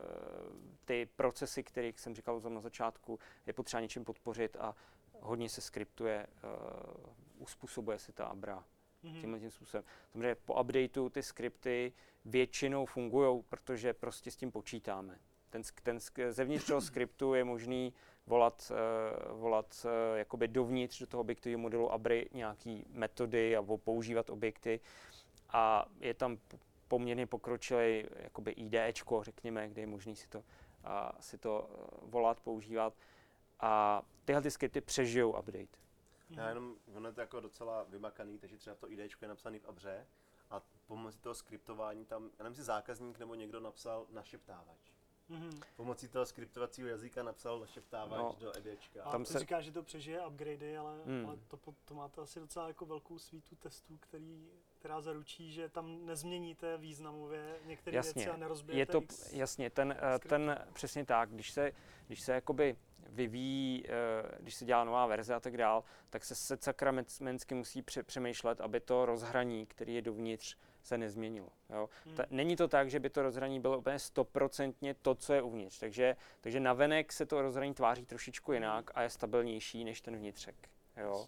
ty procesy, které, jak jsem říkal na začátku, je potřeba něčím podpořit a hodně se skriptuje, uh, uspůsobuje si ta Abra mm-hmm. tímhle tím způsobem. Samozřejmě po updateu ty skripty většinou fungují, protože prostě s tím počítáme. Ten, ten zevnitř toho skriptu je možný volat, uh, volat uh, jakoby dovnitř do toho objektového modelu Abry nějaký metody a používat objekty a je tam poměrně pokročilý jakoby IDEčko, řekněme, kde je možný si to, uh, si to uh, volat, používat a tyhle ty skripty přežijou update. Já jenom, ono je to jako docela vymakaný, takže třeba to IDčko je napsané v Abře a pomocí toho skriptování tam, já nevím, si zákazník nebo někdo napsal našeptávač. Mm-hmm. Pomocí toho skriptovacího jazyka napsal našeptávač no, do EDčka. A tam se říká, že to přežije upgradey, ale, mm. ale to, to máte asi docela jako velkou svítu testů, který, která zaručí, že tam nezměníte významově některé jasně, věci a nerozbijete je to, X jasně, ten, ten přesně tak, když se, když se jakoby vyvíjí, když se dělá nová verze a tak dál, tak se se sakramensky musí přemýšlet, aby to rozhraní, který je dovnitř, se nezměnilo. Jo? Hmm. Ta, není to tak, že by to rozhraní bylo úplně stoprocentně to, co je uvnitř. Takže, takže navenek se to rozhraní tváří trošičku jinak a je stabilnější než ten vnitřek. Jo?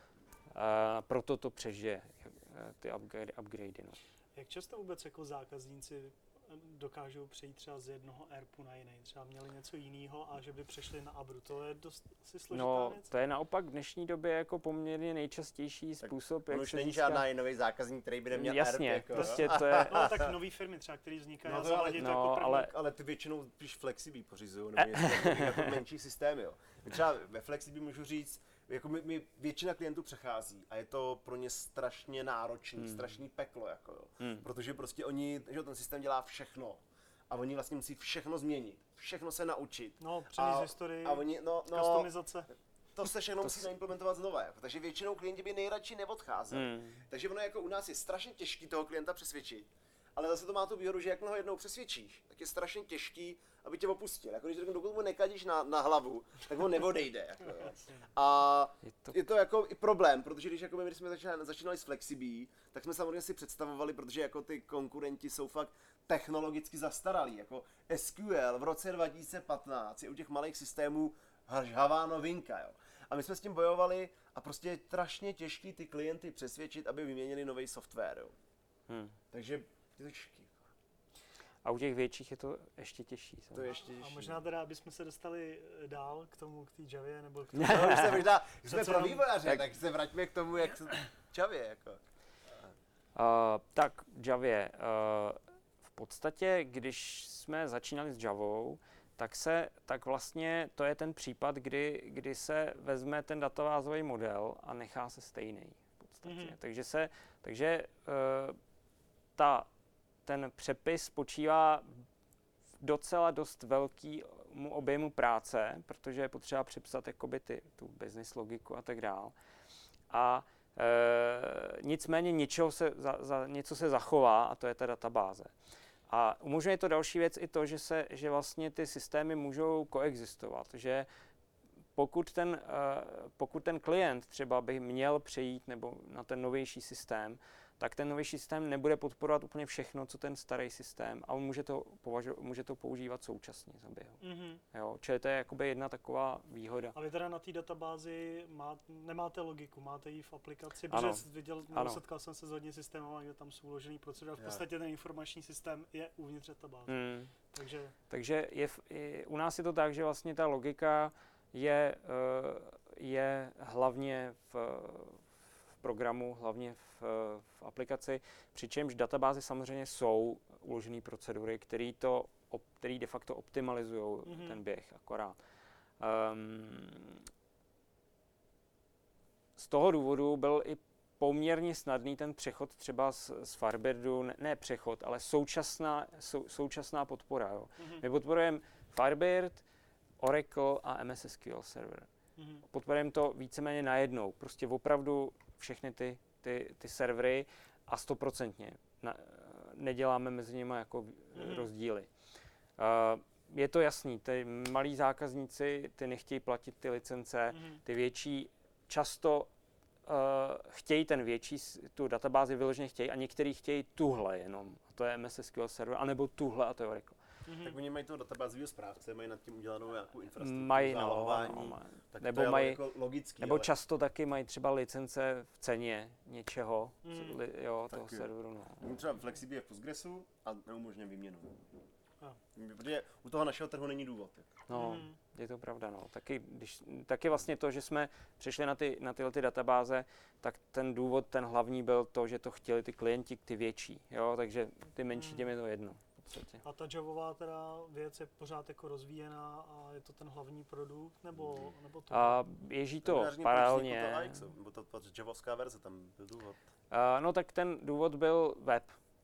A proto to přežije ty upgrade, upgradey. No. Jak často vůbec jako zákazníci dokážou přejít třeba z jednoho ERPu na jiný? Třeba měli něco jiného a že by přešli na Abru. To je dost asi složitá no, věc. To je naopak v dnešní době jako poměrně nejčastější tak způsob, jak už se není získá... žádná nový zákazník, který by neměl jasně, ERP. Jako, prostě to je... No tak nový firmy třeba, který vznikají no, a zaladit no, jako první. Ale, ale ty většinou spíš Flexibí pořizují, nebo něco jako menší systémy. Jo. Třeba ve Flexibí můžu říct, jako my, my většina klientů přechází a je to pro ně strašně náročný, hmm. strašný peklo, jako jo. Hmm. Protože prostě oni, že ten systém dělá všechno. A oni vlastně musí všechno změnit, všechno se naučit. No, přenést historii, a oni, no, no, customizace. To se všechno musí naimplementovat znova, jako. Takže většinou klienti by nejradši neodcházeli. Hmm. Takže ono jako u nás je strašně těžký toho klienta přesvědčit. Ale zase to má tu výhodu, že jakmile ho jednou přesvědčíš, tak je strašně těžký, aby tě opustil. Jako když řeknu, dokud mu nekadíš na, na hlavu, tak on neodejde. Jako, a je to... je to jako i problém, protože když, jako my, když jsme začínali, začínali s Flexibí, tak jsme samozřejmě si představovali, protože jako ty konkurenti jsou fakt technologicky zastaralí. Jako S Q L v roce dva tisíce patnáct je u těch malých systémů žhavá novinka. Jo. A my jsme s tím bojovali a prostě je strašně těžký ty klienty přesvědčit, aby vyměnili nový software. Jo. Hmm. Takže je to těžký. A u těch větších je to ještě těžší. To je ještě těžší. A možná teda, aby jsme se dostali dál k tomu, k té Javě, nebo k tomu... No, už se možná, jsme Přece pro jenom- vývojáře, tak, tak se vraťme k tomu, jak se Javě, jako. Uh, tak Javě. Uh, v podstatě, když jsme začínali s Javou, tak se, tak vlastně to je ten případ, kdy, kdy se vezme ten databázový model a nechá se stejný v podstatě. Mhm. Takže se, takže uh, ta, ten přepis spočívá v docela dost velkému objemu práce, protože je potřeba přepsat jakoby ty, tu business logiku a tak dál. A e, nicméně něčeho se, za, za, něco se zachová a to je ta databáze. A umožňuje to další věc i to, že, se, že vlastně ty systémy můžou koexistovat, že pokud ten, e, pokud ten klient třeba by měl přejít nebo na ten novější systém, tak ten novější systém nebude podporovat úplně všechno, co ten starý systém, a on může to, považo, může to používat současně za běhu. Mm-hmm. Jo, čili to je jakoby jedna taková výhoda. A vy teda na té databázi má, nemáte logiku, máte ji v aplikaci, Ano. protože jsem viděl, nebo Ano. setkal jsem se s hodně systémama, kde tam jsou uložený procedury. V podstatě ten informační systém je uvnitř databáze. Hmm. Takže Takže je, v- i, u nás je to tak, že vlastně ta logika je, eh, je hlavně v, v programu, hlavně v, v aplikaci, přičemž databázy samozřejmě jsou uložené procedury, které to, op- který de facto optimalizují Mhm. ten běh akorát. Um, z toho důvodu byl i poměrně snadný ten přechod třeba z, z Firebirdu, ne, ne přechod, ale současná, sou, současná podpora. Jo. Mhm. My podporujeme Firebird, Oracle a M S S Q L Server. Mhm. Podporujeme to víceméně najednou. Prostě opravdu všechny ty, ty, ty servery a stoprocentně. Na, neděláme mezi nimi jako Mhm. rozdíly. Uh, je to jasný, ty malí zákazníci, ty nechtějí platit ty licence, Mhm. ty větší často uh, chtějí ten větší, s- tu databázi vyloženě chtějí a některý chtějí tuhle jenom, a to je M S S Q L server, anebo tuhle a to je Oracle. Mhm. Tak oni mají toho databázového správce, mají nad tím udělanou nějakou infrastrukturu, Mají, no, zálohování, no, mají. tak Nebo to je mají- jako logický, Nebo ale často taky mají třeba licence v ceně něčeho, Mm. co, li, jo, toho Taky. serveru. No. oni třeba Flexibie je v Postgresu a neumožňuje výměnu. Jo. Protože u toho našeho trhu není důvod. No, Mhm. je to pravda. No. Taky, když, taky vlastně to, že jsme přišli na, ty, na tyhle ty databáze, tak ten důvod, ten hlavní byl to, že to chtěli ty klienti, ty větší. Jo? Takže ty menší, Mm. těm je to jedno. V podstatě. A ta Javová teda věc je pořád jako rozvíjená a je to ten hlavní produkt, nebo, nebo to? A běží to Novinářní paralelně. proč vznikl to A X, nebo to, to javovská verze, tam byl důvod. A, no tak ten důvod byl web.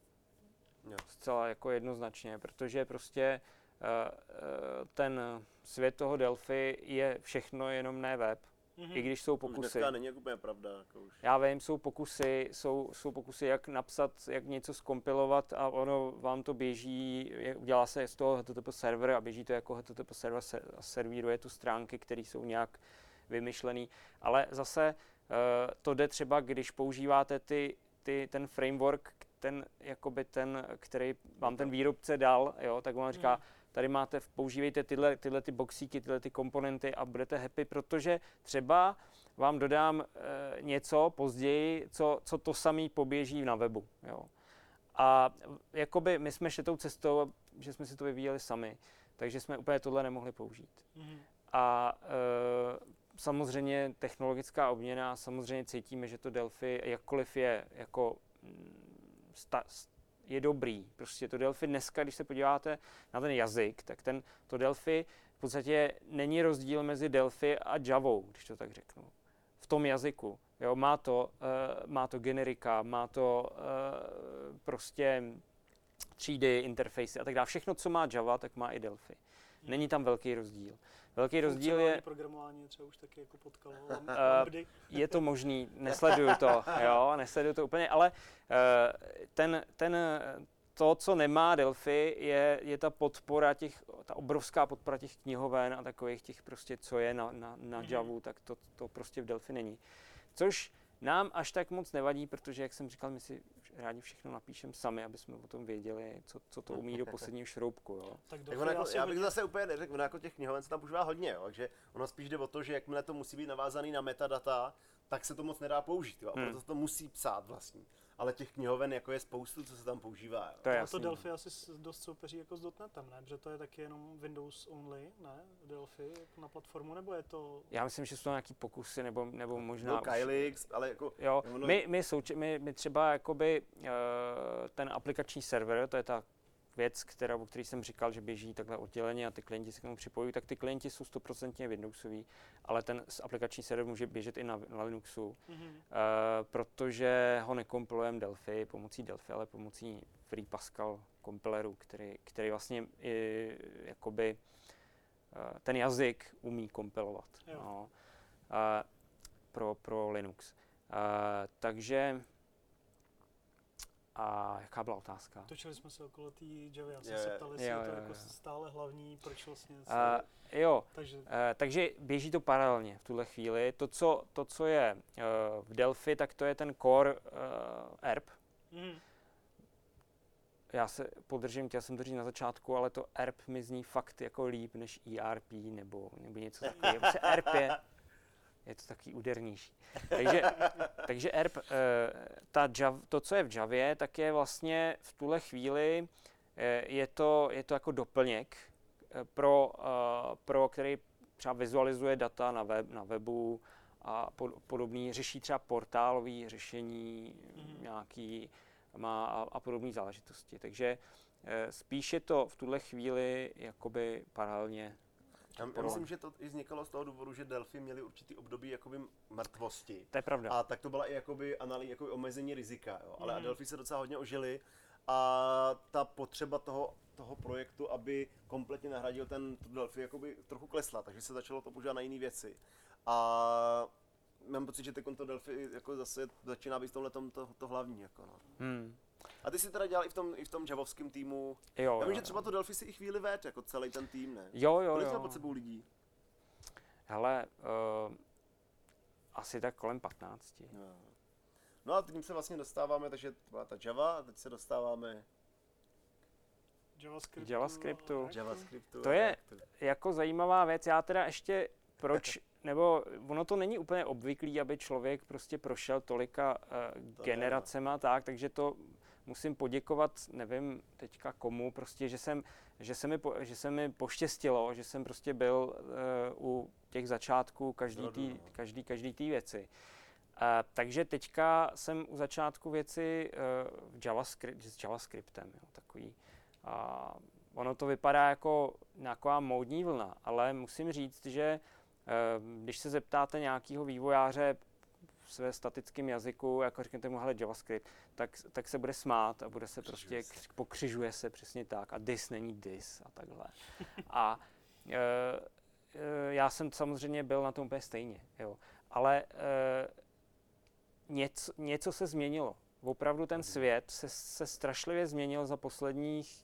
Jo. Zcela jako jednoznačně, protože prostě uh, uh, ten svět toho Delphi je všechno jenom ne web, Mhm. i když jsou Už pokusy. dneska není jako úplně pravda. Jako už. Já vím, jsou pokusy, jsou, jsou pokusy, jak napsat, jak něco skompilovat a ono vám to běží, je- udělá se z toho H T T P server a běží to jako H T T P server se- a servíruje tu stránky, které jsou nějak vymyšlený. Ale zase eh, to jde třeba, když používáte ty, ty, ten framework, ten, jakoby ten, který vám ten výrobce dal, jo, tak on říká, Mhm. tady máte, používejte tyhle, tyhle ty boxíky, tyhle ty komponenty a budete happy, protože třeba vám dodám e, něco později, co, co to samý poběží na webu. Jo. A jakoby my jsme šli tou cestou, že jsme si to vyvíjeli sami, takže jsme úplně tohle nemohli použít. Mhm. A e, samozřejmě technologická obměna, samozřejmě cítíme, že to Delphi, jakkoliv je jako mm, sta, je dobrý. Prostě to Delphi dneska, když se podíváte na ten jazyk, tak ten, to Delphi v podstatě není rozdíl mezi Delphi a Javou, když to tak řeknu. V tom jazyku. Jo, má to, uh, má to generika, má to uh, prostě tři dé interfejsy a tak dále. Všechno, co má Java, tak má i Delphi. Není tam velký rozdíl. Velký rozdíl je, Funkcionální programování je třeba už taky jako potkalo lam- lambdy. je to možný, nesleduju to, jo, nesleduju to úplně, ale uh, ten, ten, to, co nemá Delphi, je, je ta podpora těch, ta obrovská podpora těch knihoven a takových těch prostě, co je na, na, na Mhm. Javu, tak to, to prostě v Delphi není. Což Nám až tak moc nevadí, protože, jak jsem říkal, my si rádi všechno napíšeme sami, aby jsme o tom věděli, co, co to umí do posledního šroubku. Jo. Tak Tak ono jako, já bych zase úplně neřekl, ono jako těch knihoven se tam používá hodně, jo, takže ono spíš jde o to, že jakmile to musí být navázaný na metadata, tak se to moc nedá použít, jo, a proto Hmm. se to musí psát vlastní. Ale těch knihoven jako je spoustu, co se tam používá. Jo. To je A jasný. to Delphi asi s- dost soupeří jako s dotnetem, ne? Protože to je taky jenom Windows only, ne? Delphi jako na platformu, nebo je to... Já myslím, že jsou to nějaký pokusy, nebo, nebo možná... No, už- Kylix, ale jako... Jo, ono- my, my, souč- my, my třeba jakoby uh, ten aplikační server, to je ta věc, která, o který jsem říkal, že běží takhle odděleně a ty klienti se k tomu připojují, tak ty klienti jsou stoprocentně Windowsový, ale ten s- aplikační server může běžet i na, na Linuxu, Mhm. uh, protože ho nekompilujeme Delphi pomocí Delphi, ale pomocí Free Pascal kompileru, který, který vlastně i, jakoby uh, ten jazyk umí kompilovat. Jo. No. Uh, pro, pro Linux. Uh, takže a jaká byla otázka? Točili jsme se okolo té Javy, já jsem Je, se ptal, jestli jo, je to jo, jako jo. stále hlavní, proč vlastně... Uh, jo, Takže uh, takže běží to paralelně v tuhle chvíli. To, co, to, co je uh, v Delphi, tak to je ten core uh, E R P. mhm. Já se podržím, chtěl jsem to říct na začátku, ale to E R P mi zní fakt jako líp než E R P nebo, nebo něco takového. Prostě E R P je, je to taky údernější. Takže, takže E R P, eh, ta Java, to, co je v Javě, tak je vlastně v tuhle chvíli, eh, je, to, je to jako doplněk, eh, pro, eh, pro který třeba vizualizuje data na, web, na webu a pod, podobný, řeší třeba portálový řešení, Mhm. nějaký má a, a podobné záležitosti. Takže eh, spíš je to v tuhle chvíli jakoby paralelně. Já, já myslím, že to i vznikalo z toho důvodu, že Delphi měli určitý období jakoby mrtvosti. To je pravda. A tak to byla i jakoby analý, jakoby omezení rizika, jo. Ale Mhm. Delphi se docela hodně ožili a ta potřeba toho, toho projektu, aby kompletně nahradil ten tu Delphi, jakoby trochu klesla, takže se začalo to používat na jiné věci. A mám pocit, že teď to Delphi jako zase začíná být v tomhle tom to, to hlavní. Jako no. Hmm. A ty si teda dělal i v tom, i v tom javovském týmu. Jo, Já vím, jo, že třeba jo. to Delphi si i chvíli ved, jako celý ten tým, ne? Jo, jo, Kolik jo. měl pod sebou lidí? Hele, uh, asi tak kolem patnácti. Jo. No a tím se vlastně dostáváme, takže to byla ta Java, a teď se dostáváme JavaScriptu. JavaScriptu. a Reactu. JavaScriptu. To a je- Reactu. Jako zajímavá věc, já teda ještě proč, nebo ono to není úplně obvyklý, aby člověk prostě prošel tolika uh, To generacema, tak, takže to musím poděkovat, nevím teďka komu, prostě, že jsem, že se mi, po, že se mi poštěstilo, že jsem prostě byl uh, u těch začátků každý Rodu, tý, no. každý, každý tý věci. Uh, takže teďka jsem u začátku věci uh, v JavaScript, s JavaScriptem, jo, takový. A ono to vypadá jako nějaká módní vlna, ale musím říct, že eh, když se zeptáte nějakého vývojáře ve statickém jazyku, jako řeknete mu, hele, JavaScript, tak, tak se bude smát a bude se Pokřižuje prostě, se. kř- pokřižuje se přesně tak a this není this a takhle. A eh, eh, já jsem samozřejmě byl na tom úplně stejně, jo. Ale eh, něco, něco se změnilo. Opravdu ten svět se, se strašlivě změnil za posledních,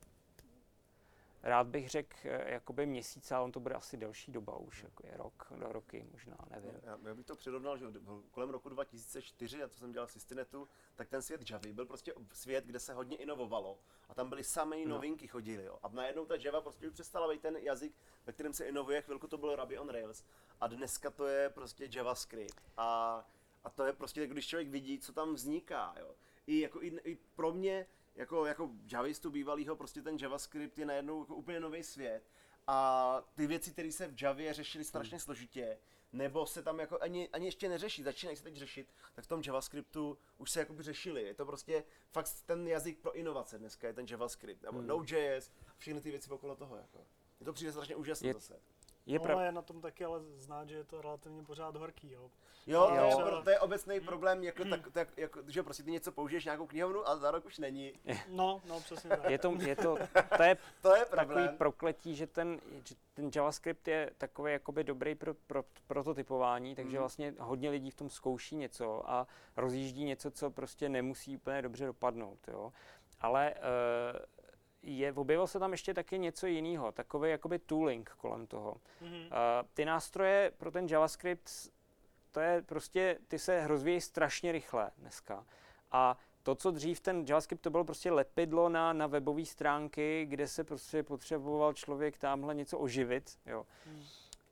rád bych řekl, eh, jakoby měsíc, ale on to bude asi delší doba už, jako je rok, do roky možná, nevím. Já, já bych to přirovnal, že v- kolem roku dva tisíce čtyři, a to jsem dělal v Systinetu, tak ten svět Javy byl prostě svět, kde se hodně inovovalo. A tam byly samé No. novinky chodily. Jo. A najednou ta Java prostě už přestala být ten jazyk, ve kterém se inovuje. Chvilku to bylo Ruby on Rails. A dneska to je prostě JavaScript. A, a to je prostě, když člověk vidí, co tam vzniká. Jo. I, jako, i, i pro mě, jako, jako javistu bývalýho, prostě ten JavaScript je najednou jako úplně nový svět. A ty věci, které se v Javě řešily strašně složitě, nebo se tam jako ani, ani ještě neřeší, začínají se teď řešit, tak v tom JavaScriptu už se jakoby řešili. Je to prostě fakt ten jazyk pro inovace dneska, je ten JavaScript, nebo Hmm. Node.js, všechny ty věci okolo toho. Jako. Je to přijde strašně úžasné Je- zase. Je no, pravda. je na tom taky ale znát, že je to relativně pořád horký, jo. Jo, Jo. to je, pro- to je obecný Hmm. problém, jako, tak, tak, jako, že prostě ty něco použiješ nějakou knihovnu a za rok už není. No, no, přesně tak. Je to, je to, to je To je takový problém. prokletí, že ten, že ten JavaScript je takový jakoby dobrý pro, pro prototypování, takže Mhm. vlastně hodně lidí v tom zkouší něco a rozjíždí něco, co prostě nemusí úplně dobře dopadnout, jo. Ale eh, je, objevilo se tam ještě taky něco jiného, takový jakoby tooling kolem toho. Mhm. Uh, ty nástroje pro ten JavaScript s- to je prostě, ty se rozvíjí strašně rychle dneska. A to, co dřív ten JavaScript, to bylo prostě lepidlo na, na webové stránky, kde se prostě potřeboval člověk tamhle něco oživit, jo. Hmm.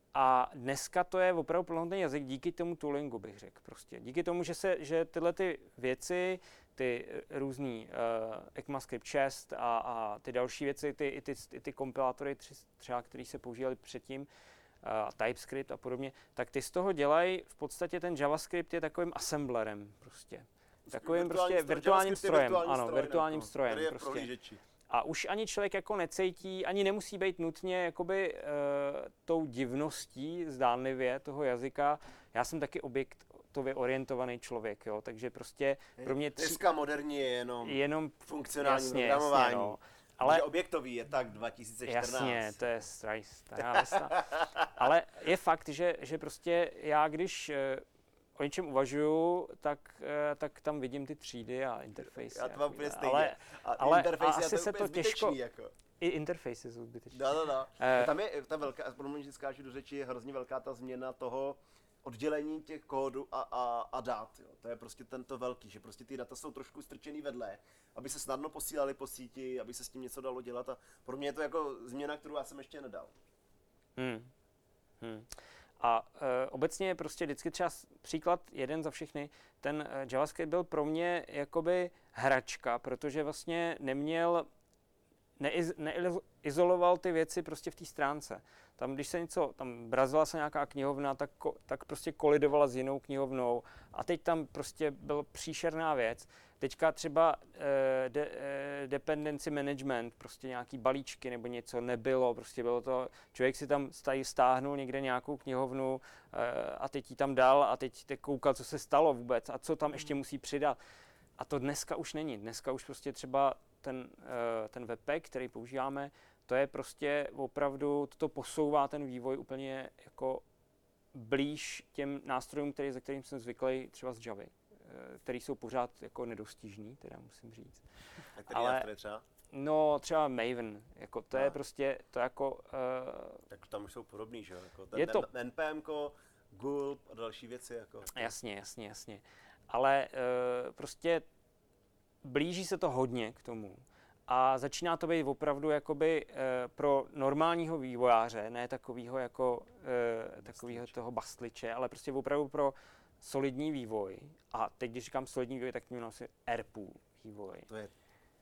A dneska to je opravdu plnohodnotný jazyk díky tomu toolingu, bych řekl prostě. Díky tomu, že, se, že tyhle ty věci, ty různý uh, ECMAScript šest a, a ty další věci, ty, i, ty, i ty kompilátory třeba, které se používaly předtím, a uh, TypeScript a podobně, tak ty z toho dělají, v podstatě ten JavaScript je takovým assemblerem prostě. Takovým virtuální prostě stroj, virtuálním strojem, virtuální ano, stroj, virtuálním ne, strojem který je prostě. prohlížeči. A už ani člověk jako necítí, ani nemusí být nutně jakoby uh, tou divností zdánlivě toho jazyka. Já jsem taky objektově orientovaný člověk, jo, takže prostě pro mě... Tři... Dneska moderní je jenom, jenom funkcionální jasně, programování. Jasně, no. Ale objektový je tak dva tisíce čtrnáct. Jasně, to je stará lista. Ale je fakt, že, že prostě já, když uh, o něčem uvažuju, tak, uh, tak tam vidím ty třídy a interfejsy. Já to mám úplně stejně. Ale, a ale interfejsy asi je se to těžko... Jako. I interfejsy jsou zbytečné. No, no, no. Uh, tam je ta velká, promiň, že skáču do řeči, je hrozně velká ta změna toho oddělení těch kódů a, a, a dat. Jo. To je prostě tento velký, že prostě ty data jsou trošku strčený vedle, aby se snadno posílali po síti, aby se s tím něco dalo dělat a pro mě je to jako změna, kterou já jsem ještě nedal. Hmm. Hmm. A e, obecně je prostě vždycky třeba příklad jeden za všechny, ten e, JavaScript byl pro mě jakoby hračka, protože vlastně neměl, neiz, neizoloval ty věci prostě v té stránce. Tam, když se něco, tam brazila se nějaká knihovna, tak, tak prostě kolidovala s jinou knihovnou a teď tam prostě byla příšerná věc. Teďka třeba eh, de, eh, dependency management, prostě nějaký balíčky nebo něco nebylo, prostě bylo to, člověk si tam stáhnul někde nějakou knihovnu eh, a teď ji tam dal a teď, teď koukal, co se stalo vůbec a co tam ještě musí přidat. A to dneska už není. Dneska už prostě třeba ten, eh, ten webpack, který používáme, to je prostě opravdu, to posouvá ten vývoj úplně jako blíž těm nástrojům, který, za kterým jsem zvyklý třeba z Javy, který jsou pořád jako nedostižný, teda musím říct. A který ale, nástroje třeba? No třeba Maven, jako to a. je prostě, to jako... Uh, tak tam už jsou podobný, že jo? Jako ten, je to... N P M ko, Gulp a další věci jako. Jasně, jasně, jasně. Ale uh, prostě blíží se to hodně k tomu. A začíná to být opravdu jakoby uh, pro normálního vývojáře, ne takovýho jako uh, takovýho toho bastliče, ale prostě opravdu pro solidní vývoj. A teď, když říkám solidní vývoj, tak tím asi R P U vývoj. To je...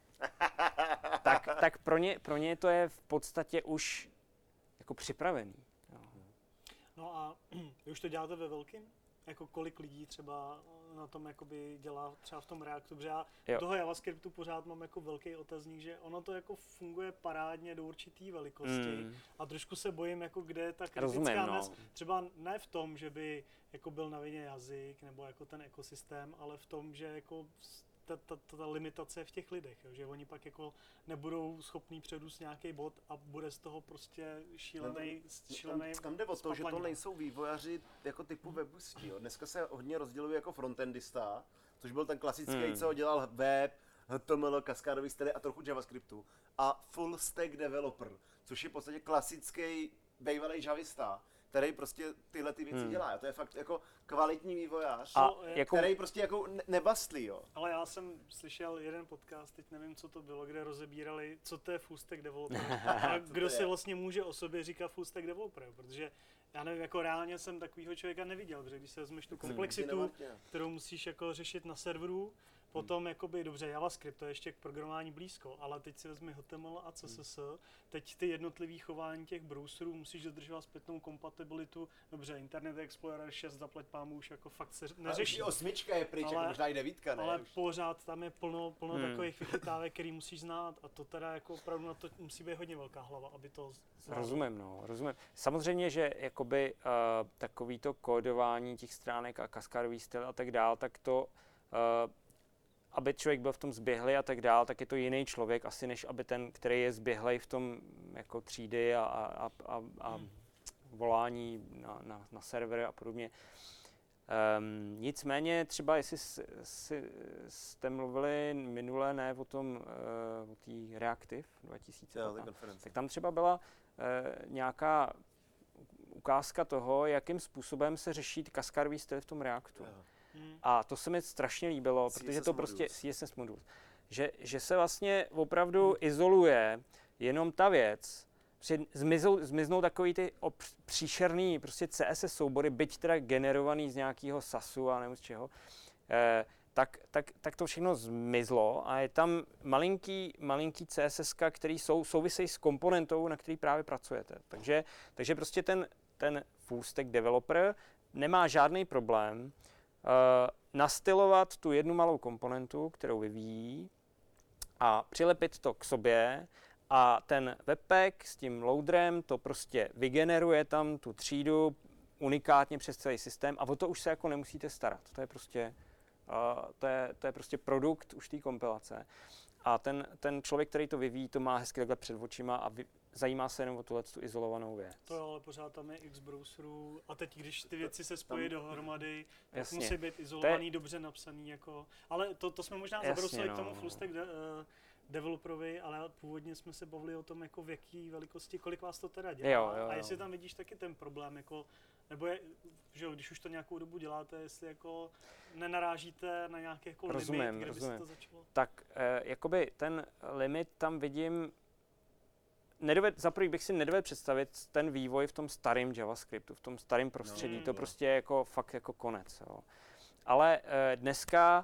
tak tak pro, ně, pro ně to je v podstatě už jako připravený. Jo. No a vy už to děláte ve velkým? Jako kolik lidí třeba na tom jakoby dělá třeba v tom Reactu, protože já jo. toho JavaScriptu pořád mám jako velký otazník, že ono to jako funguje parádně do určitý velikosti mm. a trošku se bojím, jako kde je ta kritická Rozumím, mez. No. Třeba ne v tom, že by jako byl na vině jazyk nebo jako ten ekosystém, ale v tom, že jako ta, ta, ta, ta limitace je v těch lidech, jo, že oni pak jako nebudou schopní předůst nějaký bod a bude z toho prostě šílený, no, šílený tam jde o to, že to nejsou vývojáři jako typu webusti. Dneska se hodně rozděluje jako frontendista, což byl ten klasický, hmm. co dělal web, H T M L, kaskádový styly a trochu JavaScriptu. A full stack developer, což je v podstatě klasický bývalý javista, který prostě tyhle ty věci hmm. dělá. To je fakt jako kvalitní vývojář, a jako... který prostě jako ne- nebastlí, jo. Ale já jsem slyšel jeden podcast, teď nevím, co to bylo, kde rozebírali, co to je full stack developer. A kdo si vlastně může o sobě říkat full stack developer, protože já nevím, jako reálně jsem takovýho člověka neviděl, protože když se vezmeš tu komplexitu, kterou musíš jako řešit na serveru, potom jakoby, dobře, JavaScript, to je ještě k programování blízko, ale teď si vezmi H T M L a C S S, teď ty jednotlivý chování těch browserů musíš dodržovat zpětnou kompatibilitu, dobře, Internet Explorer šest zaplať pámu už jako fakt se neřeší. Ale osmička je pryč, ale, možná i devítka, ne? Ale už. Pořád tam je plno, plno hmm. takových vychytávek, který musíš znát a to teda jako opravdu na to musí být hodně velká hlava, aby to znal. Rozumím, no, rozumím. Samozřejmě, že jakoby uh, takovýto kódování těch stránek a kaskádový styl a tak dál, tak to uh, aby člověk byl v tom zběhlý a tak dál, tak je to jiný člověk asi, než aby ten, který je zběhlej v tom jako třídy a, a, a, a hmm. volání na, na, na servery a podobně. Um, nicméně třeba, jestli si, si, jste mluvili minule, ne o tom, uh, o té Reactive dva tisíce patnáct, tak tam třeba byla uh, nějaká ukázka toho, jakým způsobem se řeší kaskádový styl v tom Reactu. Jo. Hmm. A to se mi strašně líbilo, C S S protože to modules. prostě C S S modules, že, že se vlastně opravdu izoluje jenom ta věc, že zmizou, zmiznou takový ty opř, příšerný prostě C S S soubory, byť teda generovaný z nějakého sasu a nevím z čeho, eh, tak, tak, tak to všechno zmizlo a je tam malinký, malinký C S S, který jsou, souvisejí s komponentou, na který právě pracujete. Takže, takže prostě ten, ten full stack developer nemá žádný problém uh, nastylovat tu jednu malou komponentu, kterou vyvíjí a přilepit to k sobě a ten webpack s tím loaderem to prostě vygeneruje tam tu třídu unikátně přes celý systém a o to už se jako nemusíte starat. To je prostě Uh, to, je, to je prostě produkt už té kompilace. A ten, ten člověk, který to vyvíjí, to má hezky takhle před očima a vy, zajímá se jenom o tuhle tu izolovanou věc. To jo, ale pořád tam je x browserů a teď, když ty věci se spojí dohromady, tak Jasně. musí být izolovaný, je... dobře napsaný. Jako. Ale to, to jsme možná zabrousili no. k tomu full stack de, uh, developerovi, ale původně jsme se bavili o tom, jako v jaký velikosti, kolik vás to teda dělá. Jo, jo, jo. A jestli tam vidíš taky ten problém, jako, nebo je, že jo, když už to nějakou dobu děláte, jestli jako nenarážíte na nějaký jako rozumím, limit, kde rozumím. by se to začalo? Tak eh, jakoby ten limit tam vidím, nedoved, za prvý bych si nedovedl představit ten vývoj v tom starém JavaScriptu, v tom starém prostředí, No, to no. prostě je jako fakt jako konec. Jo. Ale eh, dneska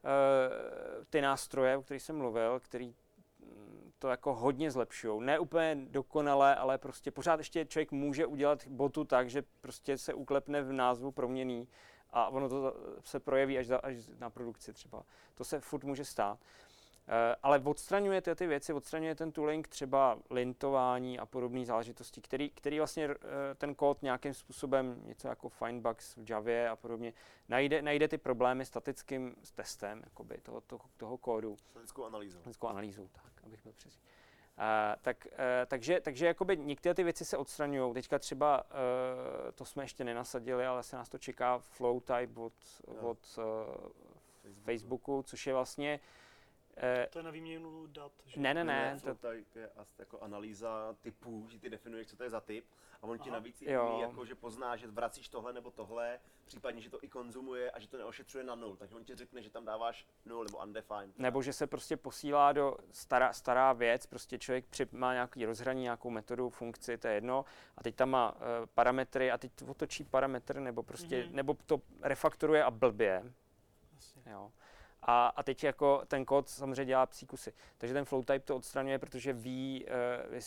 eh, ty nástroje, o kterých jsem mluvil, který mm, to jako hodně zlepšují. Ne úplně dokonale, ale prostě pořád ještě člověk může udělat botu tak, že prostě se uklepne v názvu proměnný a ono to se projeví až, za, až na produkci třeba. To se furt může stát. E, ale odstraňuje ty, ty věci, odstraňuje ten tooling třeba lintování a podobné záležitosti, který, který vlastně e, ten kód nějakým způsobem, něco jako findbugs v Javě a podobně, najde, najde ty problémy statickým testem jakoby, toho, toho, toho kódu. Statickou analýzou. Statickou analýzou, tak, abych byl přesný. Uh, tak, uh, takže, takže jakoby některé ty věci se odstraňují. Teďka třeba, uh, to jsme ještě nenasadili, ale se nás to čeká flow type od, no. od uh, Facebooku. Facebooku, což je vlastně... Uh, To je na výměnu dat, že? Ne, ne, ne. ne To, to je jako analýza typů, že ty definuješ, co to je za typ. A on ti Aha. navíc Jo. umí, jako, že pozná, že vracíš tohle nebo tohle, případně, že to i konzumuje a že to neošetřuje na nul. Takže on ti řekne, že tam dáváš nul nebo undefined. nebo že se prostě posílá do stará, stará věc, prostě člověk při, má nějaký rozhraní, nějakou metodu, funkci, to je jedno, a teď tam má uh, parametry a teď otočí parametr, nebo prostě, Mhm. nebo to refaktoruje a blbě. Jasně. Jo. A, a teď jako ten kód samozřejmě dělá psí kusy. Takže ten flow type to odstraňuje, protože ví, uh,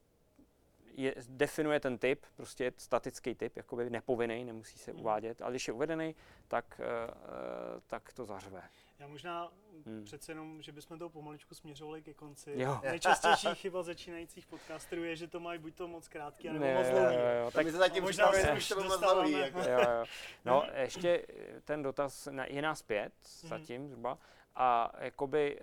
je, definuje ten typ, prostě je statický typ, jakoby nepovinný, nemusí se Mhm. uvádět, ale když je uvedený, tak, uh, tak to zařve. Já možná Hmm. přece jenom, že bychom to pomaličku směřovali ke konci. Jo. Nejčastější chyba začínajících podcasterů je, že to mají buď to moc krátký, nebo Ne, moc jo, dlouhý. jo, jo, Tak tak my se zatím možná připravili, se už už to bylo moc dostáváme. dlouhý. Jako. jo, jo. No, ještě ten dotaz na, je nás pět zatím zhruba a jakoby uh,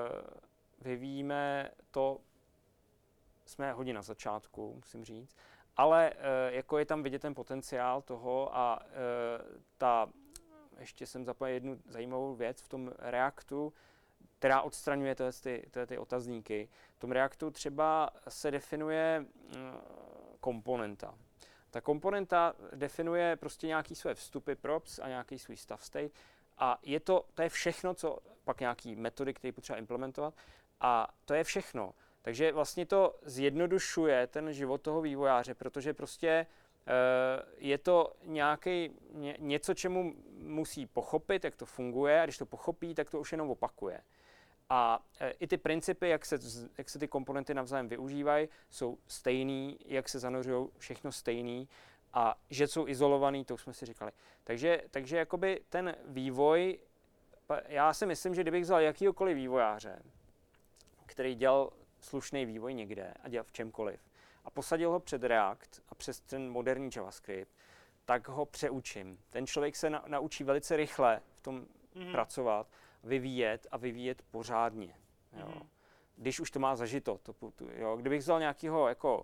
vyvíjíme to, jsme hodně na začátku, musím říct, ale uh, jako je tam vidět ten potenciál toho a uh, ta, ještě jsem zapojil jednu zajímavou věc v tom Reactu, která odstraňuje tyhle ty, tyhle ty otazníky. V tom Reactu třeba se definuje uh, komponenta. Ta komponenta definuje prostě nějaký své vstupy props a nějaký svůj stav state a je to, to je všechno, co pak nějaký metody, které potřeba implementovat a to je všechno. Takže vlastně to zjednodušuje ten život toho vývojáře, protože prostě uh, je to nějaký, ně, něco, čemu musí pochopit, jak to funguje a když to pochopí, tak to už jenom opakuje. A e, i ty principy, jak se, jak se ty komponenty navzájem využívají, jsou stejný, jak se zanořují, všechno stejný a že jsou izolovaný, to už jsme si říkali. Takže, takže jakoby ten vývoj, já si myslím, že kdybych vzal jakýhokoliv vývojáře, který dělal slušný vývoj někde a dělal v čemkoliv a posadil ho před React a přes ten moderní JavaScript, tak ho přeučím. Ten člověk se na, naučí velice rychle v tom mm-hmm. pracovat, vyvíjet a vyvíjet pořádně. Jo. Mm-hmm. Když už to má zažito. To, to, jo. Kdybych vzal nějakého jako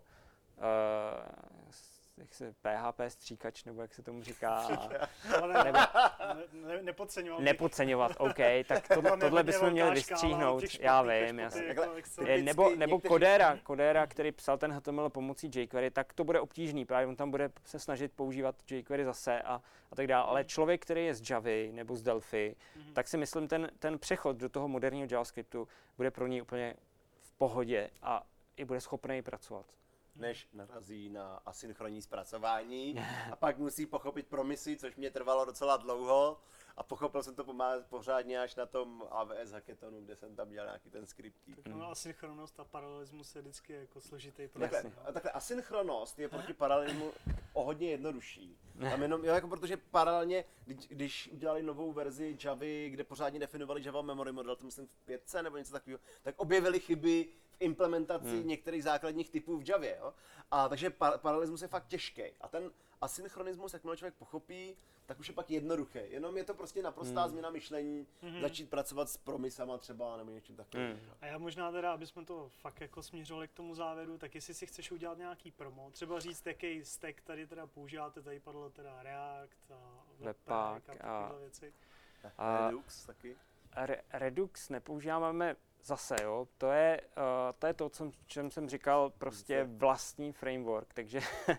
uh, jak se, P H P stříkač, nebo jak se tomu říká, nebo, Ne, ne, nepodceňoval bych. Nepodceňovat, OK, tak to, Tam je tohle hodně bychom velká měli škála vystříhnout, těch já špatných vím, až jasně. po ty Takhle, jako extra- typicky Nebo, nebo někteří- Codera, Codera, který psal ten H T M L pomocí jQuery, tak to bude obtížný, právě on tam bude se snažit používat jQuery zase a, a tak dále. Ale člověk, který je z Javy nebo z Delphi, Mhm. tak si myslím, ten, ten přechod do toho moderního JavaScriptu bude pro něj úplně v pohodě a i bude schopný pracovat. než narazí na asynchronní zpracování a pak musí pochopit promisy, což mě trvalo docela dlouho a pochopil jsem to pomá- pořádně až na tom A W S hackathonu, kde jsem tam dělal nějaký ten skriptík. Tak no, asynchronnost a paralelismus je vždycky jako složitý Takhle, problém. a takhle asynchronnost je proti paralelismu o hodně jednodušší. Tam jenom, jo, jako protože paralelně, když, když udělali novou verzi Javy, kde pořádně definovali Java Memory Model, to myslím v pětce nebo něco takového, tak objevili chyby v implementaci hmm. některých základních typů v Javě. Jo? A takže par- paralelismus je fakt těžký. A ten asynchronismus, jakmile člověk pochopí, tak už je pak jednoduchý. Jenom je to prostě naprostá Hmm. změna myšlení, Mhm. začít pracovat s promisama třeba nebo něčím takovým. Hmm. A já možná teda, aby jsme to fakt jako směřovali k tomu závěru, tak jestli si chceš udělat nějaký promo, třeba říct, jaký stack tady teda používáte, tady padlo teda React a Webpack Webpack a a- takovéhle věci. A- Redux taky. Re- Redux nepoužíváme zase, jo. To je, uh, to je to, co, čem jsem říkal, prostě vlastní framework, takže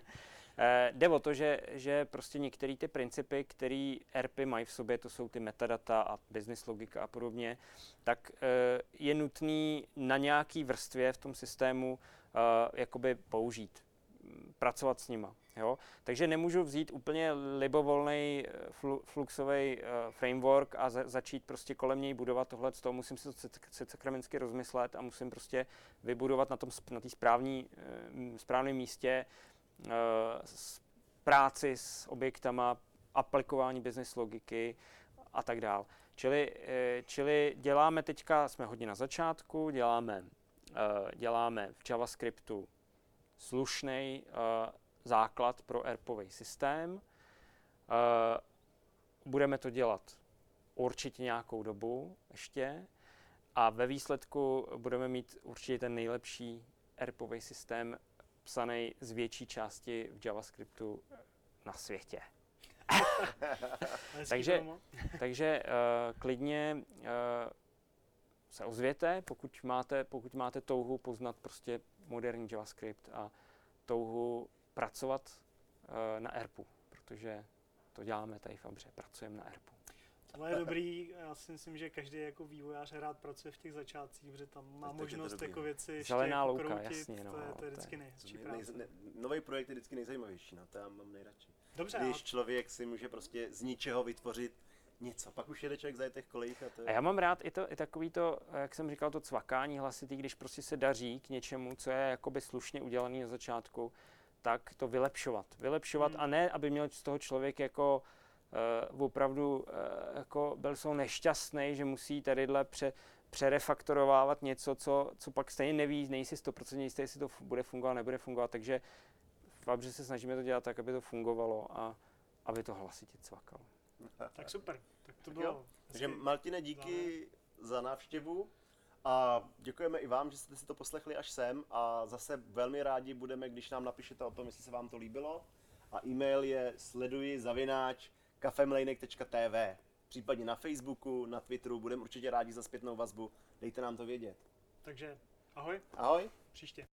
eh, jde o to, že, že prostě některé ty principy, které R P mají v sobě, to jsou ty metadata a business logika a podobně, tak eh, je nutný na nějaký vrstvě v tom systému uh, jakoby použít, m, pracovat s nima. Jo? Takže nemůžu vzít úplně libovolný flu, fluxový uh, framework a za, začít prostě kolem něj budovat tohle. Z toho musím si to sakramensky rozmyslet a musím prostě vybudovat na tom na té správní uh, správném místě uh, s, práci s objektama, aplikování business logiky a tak dál. Čili, uh, čili děláme teďka, jsme hodně na začátku, děláme, uh, děláme v JavaScriptu slušnej uh, základ pro ERPový systém. Uh, budeme to dělat určitě nějakou dobu ještě a ve výsledku budeme mít určitě ten nejlepší ERPový systém psaný z větší části v JavaScriptu na světě. Hezký Takže- promo. Takže uh, klidně uh, se ozvěte, pokud máte, pokud máte touhu poznat prostě moderní JavaScript a touhu pracovat uh, na ERPu, protože to děláme tady v Fabře, pracujeme na ERPu. Tohle je dobrý, já si myslím, že každý jako vývojář rád pracuje v těch začátcích, protože tam má Tak to je to možnost dobrý, jako no. věci ještě Zelená jako louka, kroutit, jasně, no, to, je, to je to je- vždycky nejhezčí Nej, práce. ne, nový projekt je vždycky nejzajímavější, no to já mám nejradši. Dobře, Když a člověk si může prostě z ničeho vytvořit něco, pak už jede člověk zajetých kolejích a to je... A já mám rád i, to, i takový to, jak jsem říkal, to cvakání hlasitý, když prostě se daří k něčemu, co je jakoby slušně udělaný na začátku, tak to vylepšovat. Vylepšovat Hmm. a ne, aby měl z toho člověk jako uh, opravdu uh, jako byl jsou nešťastný, že musí tadyhle pře, přerefaktorovávat něco, co, co pak stejně neví, nejsi sto procent jistý, jestli to f- bude fungovat, nebude fungovat, takže v Fabře se snažíme to dělat tak, aby to fungovalo a aby to hlasitě cvakalo. tak super, tak to Tak bylo jo. Takže hezký. Martine, díky za návštěvu a děkujeme i vám, že jste si to poslechli až sem a zase velmi rádi budeme, když nám napíšete o tom, jestli se vám to líbilo a e-mail je sleduji zavináč kafemlejnek tečka t v. Případně na Facebooku, na Twitteru, budeme určitě rádi za zpětnou vazbu, dejte nám to vědět. Takže ahoj, Ahoj! příště.